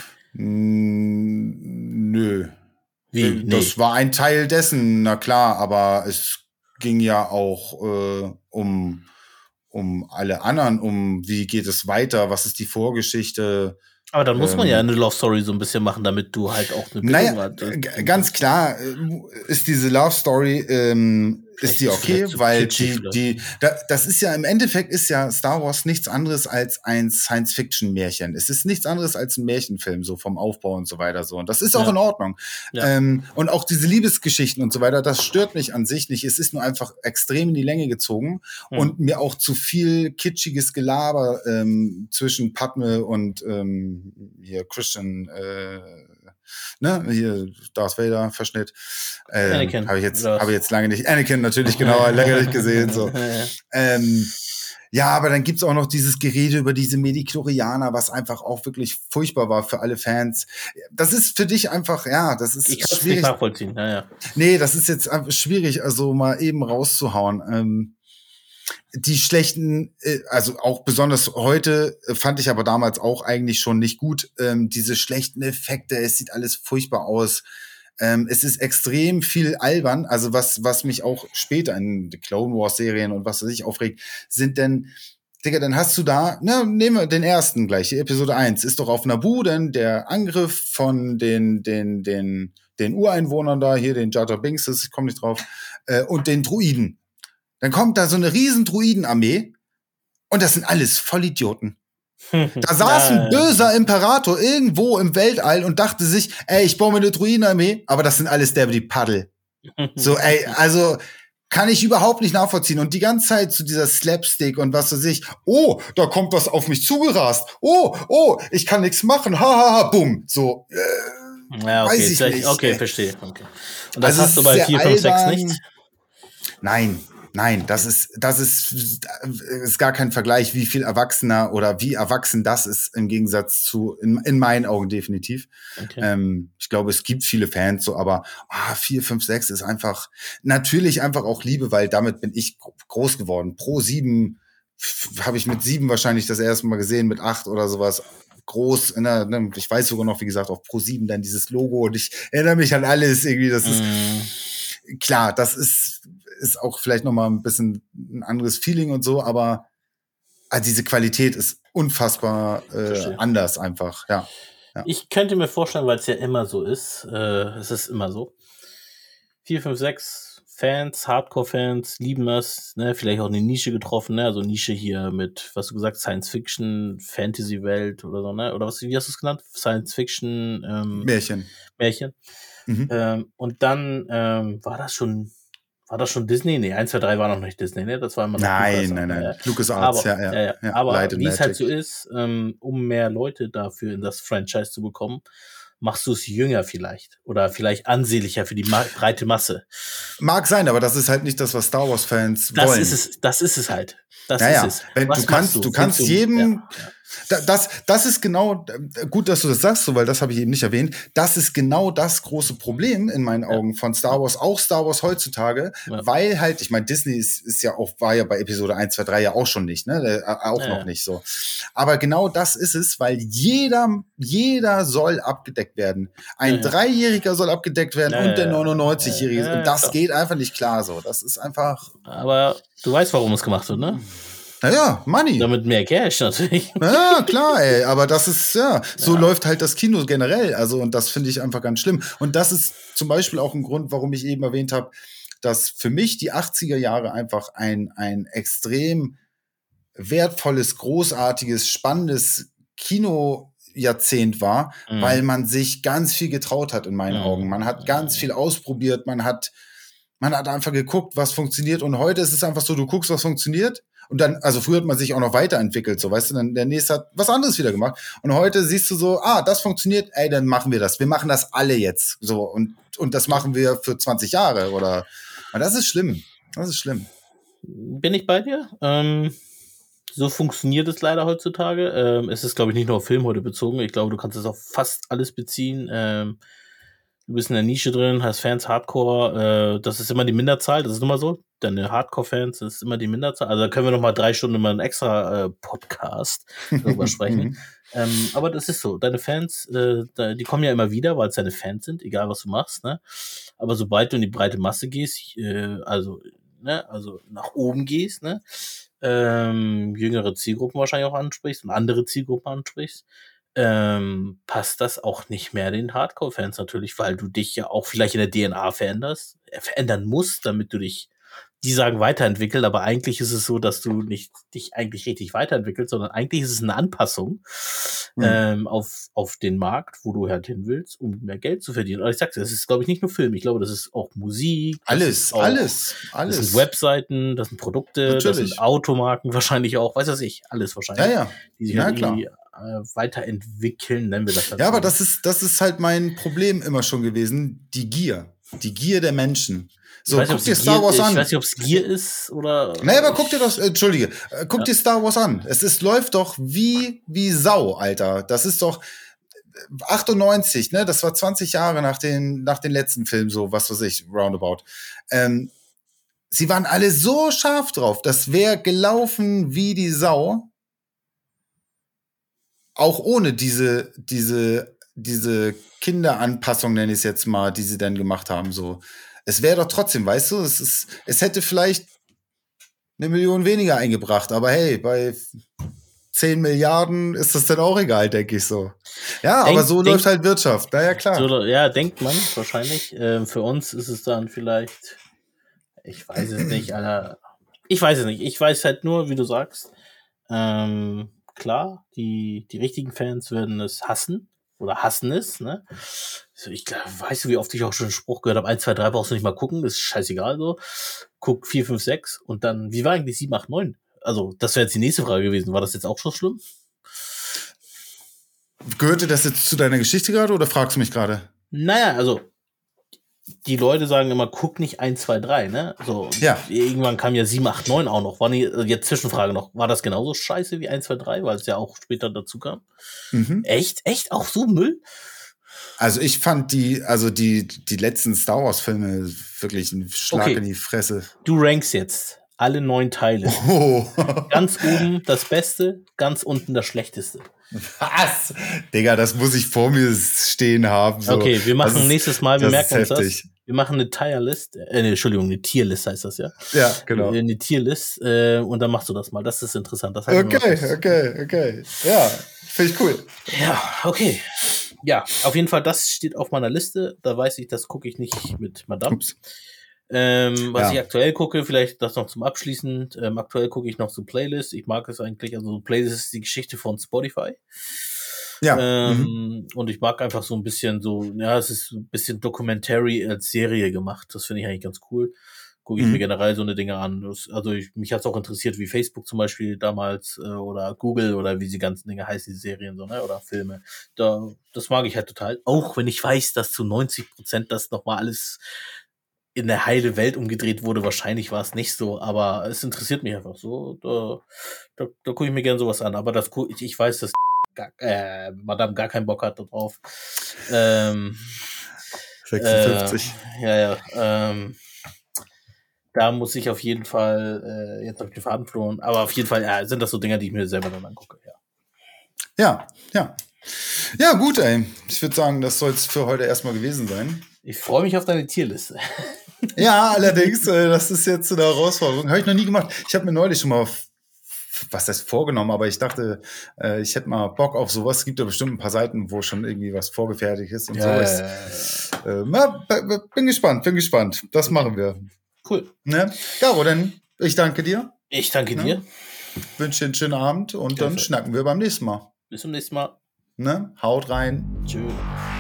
Mm, nö. Wie? Äh, Nee. Das war ein Teil dessen, na klar, aber es ging ja auch äh, um, um alle anderen, um wie geht es weiter, was ist die Vorgeschichte. Aber dann muss man ähm, ja eine Love Story so ein bisschen machen, damit du halt auch eine Bindung Naja, hast. g- ganz klar äh, ist diese Love Story, ähm, ist Vielleicht die ist okay, vielleicht zu weil kitschig die, vielleicht. die, da, das ist ja im Endeffekt ist ja Star Wars nichts anderes als ein Science-Fiction-Märchen. Es ist nichts anderes als ein Märchenfilm, so vom Aufbau und so weiter so. Und das ist auch Ja. in Ordnung. Ja. Ähm, und auch diese Liebesgeschichten und so weiter, das stört mich an sich nicht. Es ist nur einfach extrem in die Länge gezogen Mhm. und mir auch zu viel kitschiges Gelaber ähm, zwischen Padme und ähm, hier Christian äh, ne, hier Darth Vader Verschnitt. Ähm, Anakin. Habe ich jetzt, Oder was? habe ich jetzt lange nicht. Anakin natürlich, genau, lange nicht gesehen, so. ähm, Ja, aber dann gibt's auch noch dieses Gerede über diese Medichlorianer, was einfach auch wirklich furchtbar war für alle Fans. Das ist für dich einfach, ja, das ist Ich kann es nicht schwierig. nachvollziehen. Ja, ja. Nee, das ist jetzt einfach schwierig, also mal eben rauszuhauen. Ähm, die schlechten, äh, also auch besonders heute, äh, fand ich aber damals auch eigentlich schon nicht gut, ähm, diese schlechten Effekte, es sieht alles furchtbar aus. Ähm, es ist extrem viel albern, also was, was mich auch später in den Clone Wars Serien und was weiß ich aufregt, sind denn, Digga, dann hast du da, ne, nehmen wir den ersten gleich, die Episode eins, ist doch auf Naboo denn der Angriff von den, den, den, den Ureinwohnern da, hier, den Jar Jar Binks, ich komme nicht drauf, äh, und den Druiden. Dann kommt da so eine riesen Druidenarmee und das sind alles Vollidioten. Da saß ein böser Imperator irgendwo im Weltall und dachte sich, ey, ich baue mir eine Druidenarmee, aber das sind alles der die Paddel. So, ey, also kann ich überhaupt nicht nachvollziehen. Und die ganze Zeit zu dieser Slapstick und was weiß ich, oh, da kommt was auf mich zugerast. Oh, oh, ich kann nichts machen. Ha, ha, ha, bumm. So, äh, ja, okay, weiß ich nicht. Okay, ey. verstehe. Okay. Und das also hast du bei vier, fünf, sechs nicht? Nein. Nein, das ist, das ist, ist gar kein Vergleich, wie viel erwachsener oder wie erwachsen das ist im Gegensatz zu, in, in meinen Augen definitiv. Okay. Ähm, ich glaube, es gibt viele Fans so, aber ah, vier, fünf, sechs ist einfach, natürlich einfach auch Liebe, weil damit bin ich groß geworden. Pro sieben habe ich mit sieben wahrscheinlich das erste Mal gesehen, mit acht oder sowas. Groß, ne, ich weiß sogar noch, wie gesagt, auf Pro sieben dann dieses Logo und ich erinnere mich an alles irgendwie, das ist, mm. klar, das ist, ist auch vielleicht noch mal ein bisschen ein anderes Feeling und so, aber also diese Qualität ist unfassbar äh, anders einfach, ja, ja. Ich könnte mir vorstellen, weil es ja immer so ist, äh, es ist immer so, vier, fünf, sechs Fans, Hardcore-Fans lieben das, ne, vielleicht auch eine Nische getroffen, ne, also Nische hier mit, was du gesagt, Science-Fiction, Fantasy-Welt oder so, ne, oder was, wie hast du es genannt? Science-Fiction, ähm, Märchen. Märchen. Mhm. Ähm, und dann ähm, war das schon War das schon Disney? Nee, eins, zwei, drei war noch nicht Disney, ne? Das war immer noch Nein, nein, nein. Äh, LucasArts, aber, ja, ja. Äh, ja aber wie es halt so ist, ähm, um mehr Leute dafür in das Franchise zu bekommen, machst du es jünger vielleicht. Oder vielleicht ansehnlicher für die Ma- breite Masse. Mag sein, aber das ist halt nicht das, was Star Wars-Fans das wollen. Ist es, das ist es halt. Das naja, ist es. Wenn, du kannst, du, du kannst jedem... Ja, ja. Das, das ist genau, gut, dass du das sagst, so, weil das habe ich eben nicht erwähnt. Das ist genau das große Problem in meinen Augen ja. von Star Wars, auch Star Wars heutzutage, ja. weil halt, ich meine, Disney ist, ist ja auch, war ja bei Episode eins, zwei, drei ja auch schon nicht, ne, auch ja. noch nicht so. Aber genau das ist es, weil jeder, jeder soll abgedeckt werden. Ein ja. Dreijähriger soll abgedeckt werden ja, und der neunundneunzigjährige. Ja, ja, und das klar. geht einfach nicht klar so. Das ist einfach. Aber du weißt, warum es gemacht wird, ne? Naja, Money. Damit mehr Cash natürlich. Ja, klar, ey. Aber das ist, ja, so ja. läuft halt das Kino generell. Also, und das finde ich einfach ganz schlimm. Und das ist zum Beispiel auch ein Grund, warum ich eben erwähnt habe, dass für mich die achtziger Jahre einfach ein, ein extrem wertvolles, großartiges, spannendes Kinojahrzehnt war, mhm. weil man sich ganz viel getraut hat in meinen mhm. Augen. Man hat ganz viel ausprobiert, man hat, man hat einfach geguckt, was funktioniert. Und heute ist es einfach so, du guckst, was funktioniert. Und dann, also früher hat man sich auch noch weiterentwickelt, so, weißt du, dann der nächste hat was anderes wieder gemacht. Und heute siehst du so, ah, das funktioniert, ey, dann machen wir das. Wir machen das alle jetzt, so. Und, und das machen wir für zwanzig Jahre, oder, und das ist schlimm. Das ist schlimm. Bin ich bei dir? Ähm, so funktioniert es leider heutzutage. Ähm, es ist, glaube ich, nicht nur auf Film heute bezogen. Ich glaube, du kannst es auf fast alles beziehen. Ähm, Du bist in der Nische drin, hast Fans, Hardcore, äh, das ist immer die Minderzahl, das ist immer so. Deine Hardcore-Fans, das ist immer die Minderzahl. Also da können wir noch mal drei Stunden mal einen extra äh, Podcast darüber sprechen. ähm, aber das ist so, deine Fans, äh, die kommen ja immer wieder, weil es deine Fans sind, egal was du machst. Ne? Aber sobald du in die breite Masse gehst, äh, also, ne, also nach oben gehst, ne, ähm, jüngere Zielgruppen wahrscheinlich auch ansprichst und andere Zielgruppen ansprichst, Ähm, passt das auch nicht mehr den Hardcore-Fans natürlich, weil du dich ja auch vielleicht in der D N A veränderst, äh, verändern musst, damit du dich, die sagen weiterentwickeln, aber eigentlich ist es so, dass du nicht dich eigentlich richtig weiterentwickelst, sondern eigentlich ist es eine Anpassung mhm. ähm, auf, auf den Markt, wo du halt hin willst, um mehr Geld zu verdienen. Aber ich sag's dir, das ist, glaube ich, nicht nur Film, ich glaube, das ist auch Musik. Alles, auch, alles, alles. Das sind Webseiten, das sind Produkte, Natürlich. Das sind Automarken wahrscheinlich auch, weiß was ich, alles wahrscheinlich. Ja, ja. Die sich ja, halt klar. irgendwie äh, weiterentwickeln, nennen wir das halt. Ja, aber das ist, das ist halt mein Problem immer schon gewesen, die Gier. Die Gier der Menschen. So, weiß, guck dir Star Gier, Wars an. Ich weiß nicht, ob es Gier ist oder. Naja, aber guck dir das, äh, Entschuldige, äh, guck Ja. dir Star Wars an. Es ist, läuft doch wie, wie Sau, Alter. Das ist doch achtundneunzig, ne? Das war zwanzig Jahre nach den, nach den letzten Filmen, so, was weiß ich, roundabout. Ähm, sie waren alle so scharf drauf. Das wäre gelaufen wie die Sau. Auch ohne diese, diese, diese Kinderanpassung, nenne ich es jetzt mal, die sie dann gemacht haben, so. Es wäre doch trotzdem, weißt du, es ist, es hätte vielleicht eine Million weniger eingebracht, aber hey, bei zehn Milliarden ist das dann auch egal, denke ich so. Ja, Denk, aber so denk, läuft halt Wirtschaft, naja, klar. So, ja, denkt man wahrscheinlich. Ähm, für uns ist es dann vielleicht, ich weiß es nicht, Alter. Ich weiß es nicht. Ich weiß halt nur, wie du sagst, ähm, klar, die, die richtigen Fans werden es hassen oder hassen es, ne? Ich glaub, weißt du, wie oft ich auch schon einen Spruch gehört habe, eins, zwei, drei brauchst du nicht mal gucken, ist scheißegal so. Guck vier, fünf, sechs und dann, wie war eigentlich sieben, acht, neun? Also, das wäre jetzt die nächste Frage gewesen. War das jetzt auch schon schlimm? Gehörte das jetzt zu deiner Geschichte gerade oder fragst du mich gerade? Naja, also, die Leute sagen immer, guck nicht eins, zwei, drei, ne? So, ja. Irgendwann kam ja sieben, acht, neun auch noch. War nie, jetzt Zwischenfrage noch, war das genauso scheiße wie eins, zwei, drei, weil es ja auch später dazu kam? Mhm. Echt? Echt? Auch so Müll? Also ich fand die, also die, die letzten Star Wars Filme wirklich ein Schlag okay. in die Fresse. Du rankst jetzt alle neun Teile. Oh. Ganz oben das Beste, ganz unten das Schlechteste. Was? Digga, das muss ich vor mir stehen haben. So. Okay, wir machen ist, nächstes Mal, wir merken uns heftig. das. Wir machen eine Tierlist, äh, nee, Entschuldigung, eine Tierlist heißt das ja. Ja, genau. Eine Tierlist äh, und dann machst du das mal. Das ist interessant. Das okay, okay, okay. Ja, finde ich cool. Ja, okay. Ja, auf jeden Fall, das steht auf meiner Liste. Da weiß ich, das gucke ich nicht mit Madame. Ups. Ähm, was ja. ich aktuell gucke, vielleicht das noch zum Abschließen. Ähm, aktuell gucke ich noch so Playlists. Ich mag es eigentlich, also Playlist ist die Geschichte von Spotify. Ja. Ähm, mhm. Und ich mag einfach so ein bisschen so, ja, es ist ein bisschen Documentary als Serie gemacht. Das finde ich eigentlich ganz cool. Gucke ich mhm. mir generell so eine Dinge an. Das, also ich, mich hat es auch interessiert, wie Facebook zum Beispiel damals äh, oder Google oder wie die ganzen Dinge heißen, die Serien so, ne, oder Filme. Da, das mag ich halt total. Auch wenn ich weiß, dass zu neunzig Prozent das nochmal alles in der heile Welt umgedreht wurde. Wahrscheinlich war es nicht so, aber es interessiert mich einfach so. Da, da, da gucke ich mir gerne sowas an. Aber das ich, ich weiß, dass gar, äh, Madame gar keinen Bock hat darauf. Ähm, sechsundfünfzig. Äh, ja, ja. Ähm, da muss ich auf jeden Fall, äh, jetzt habe ich den Faden verloren, aber auf jeden Fall ja, sind das so Dinger, die ich mir selber dann angucke. Ja, ja. Ja, ja gut, ey. Ich würde sagen, das soll es für heute erstmal gewesen sein. Ich freue mich auf deine Tierliste. Ja, allerdings, äh, das ist jetzt eine Herausforderung. Habe ich noch nie gemacht. Ich habe mir neulich schon mal, was heißt vorgenommen, aber ich dachte, äh, ich hätte mal Bock auf sowas. Es gibt ja bestimmt ein paar Seiten, wo schon irgendwie was vorgefertigt ist und ja, sowas. Ja, ja, ja. Äh, bin gespannt, bin gespannt. Das machen wir. Cool. Ne? Ja, wo denn? Ich danke dir. Ich danke ne? dir. Wünsche dir einen schönen Abend und ja, dann schnacken wir beim nächsten Mal. Bis zum nächsten Mal. Ne? Haut rein. Tschüss.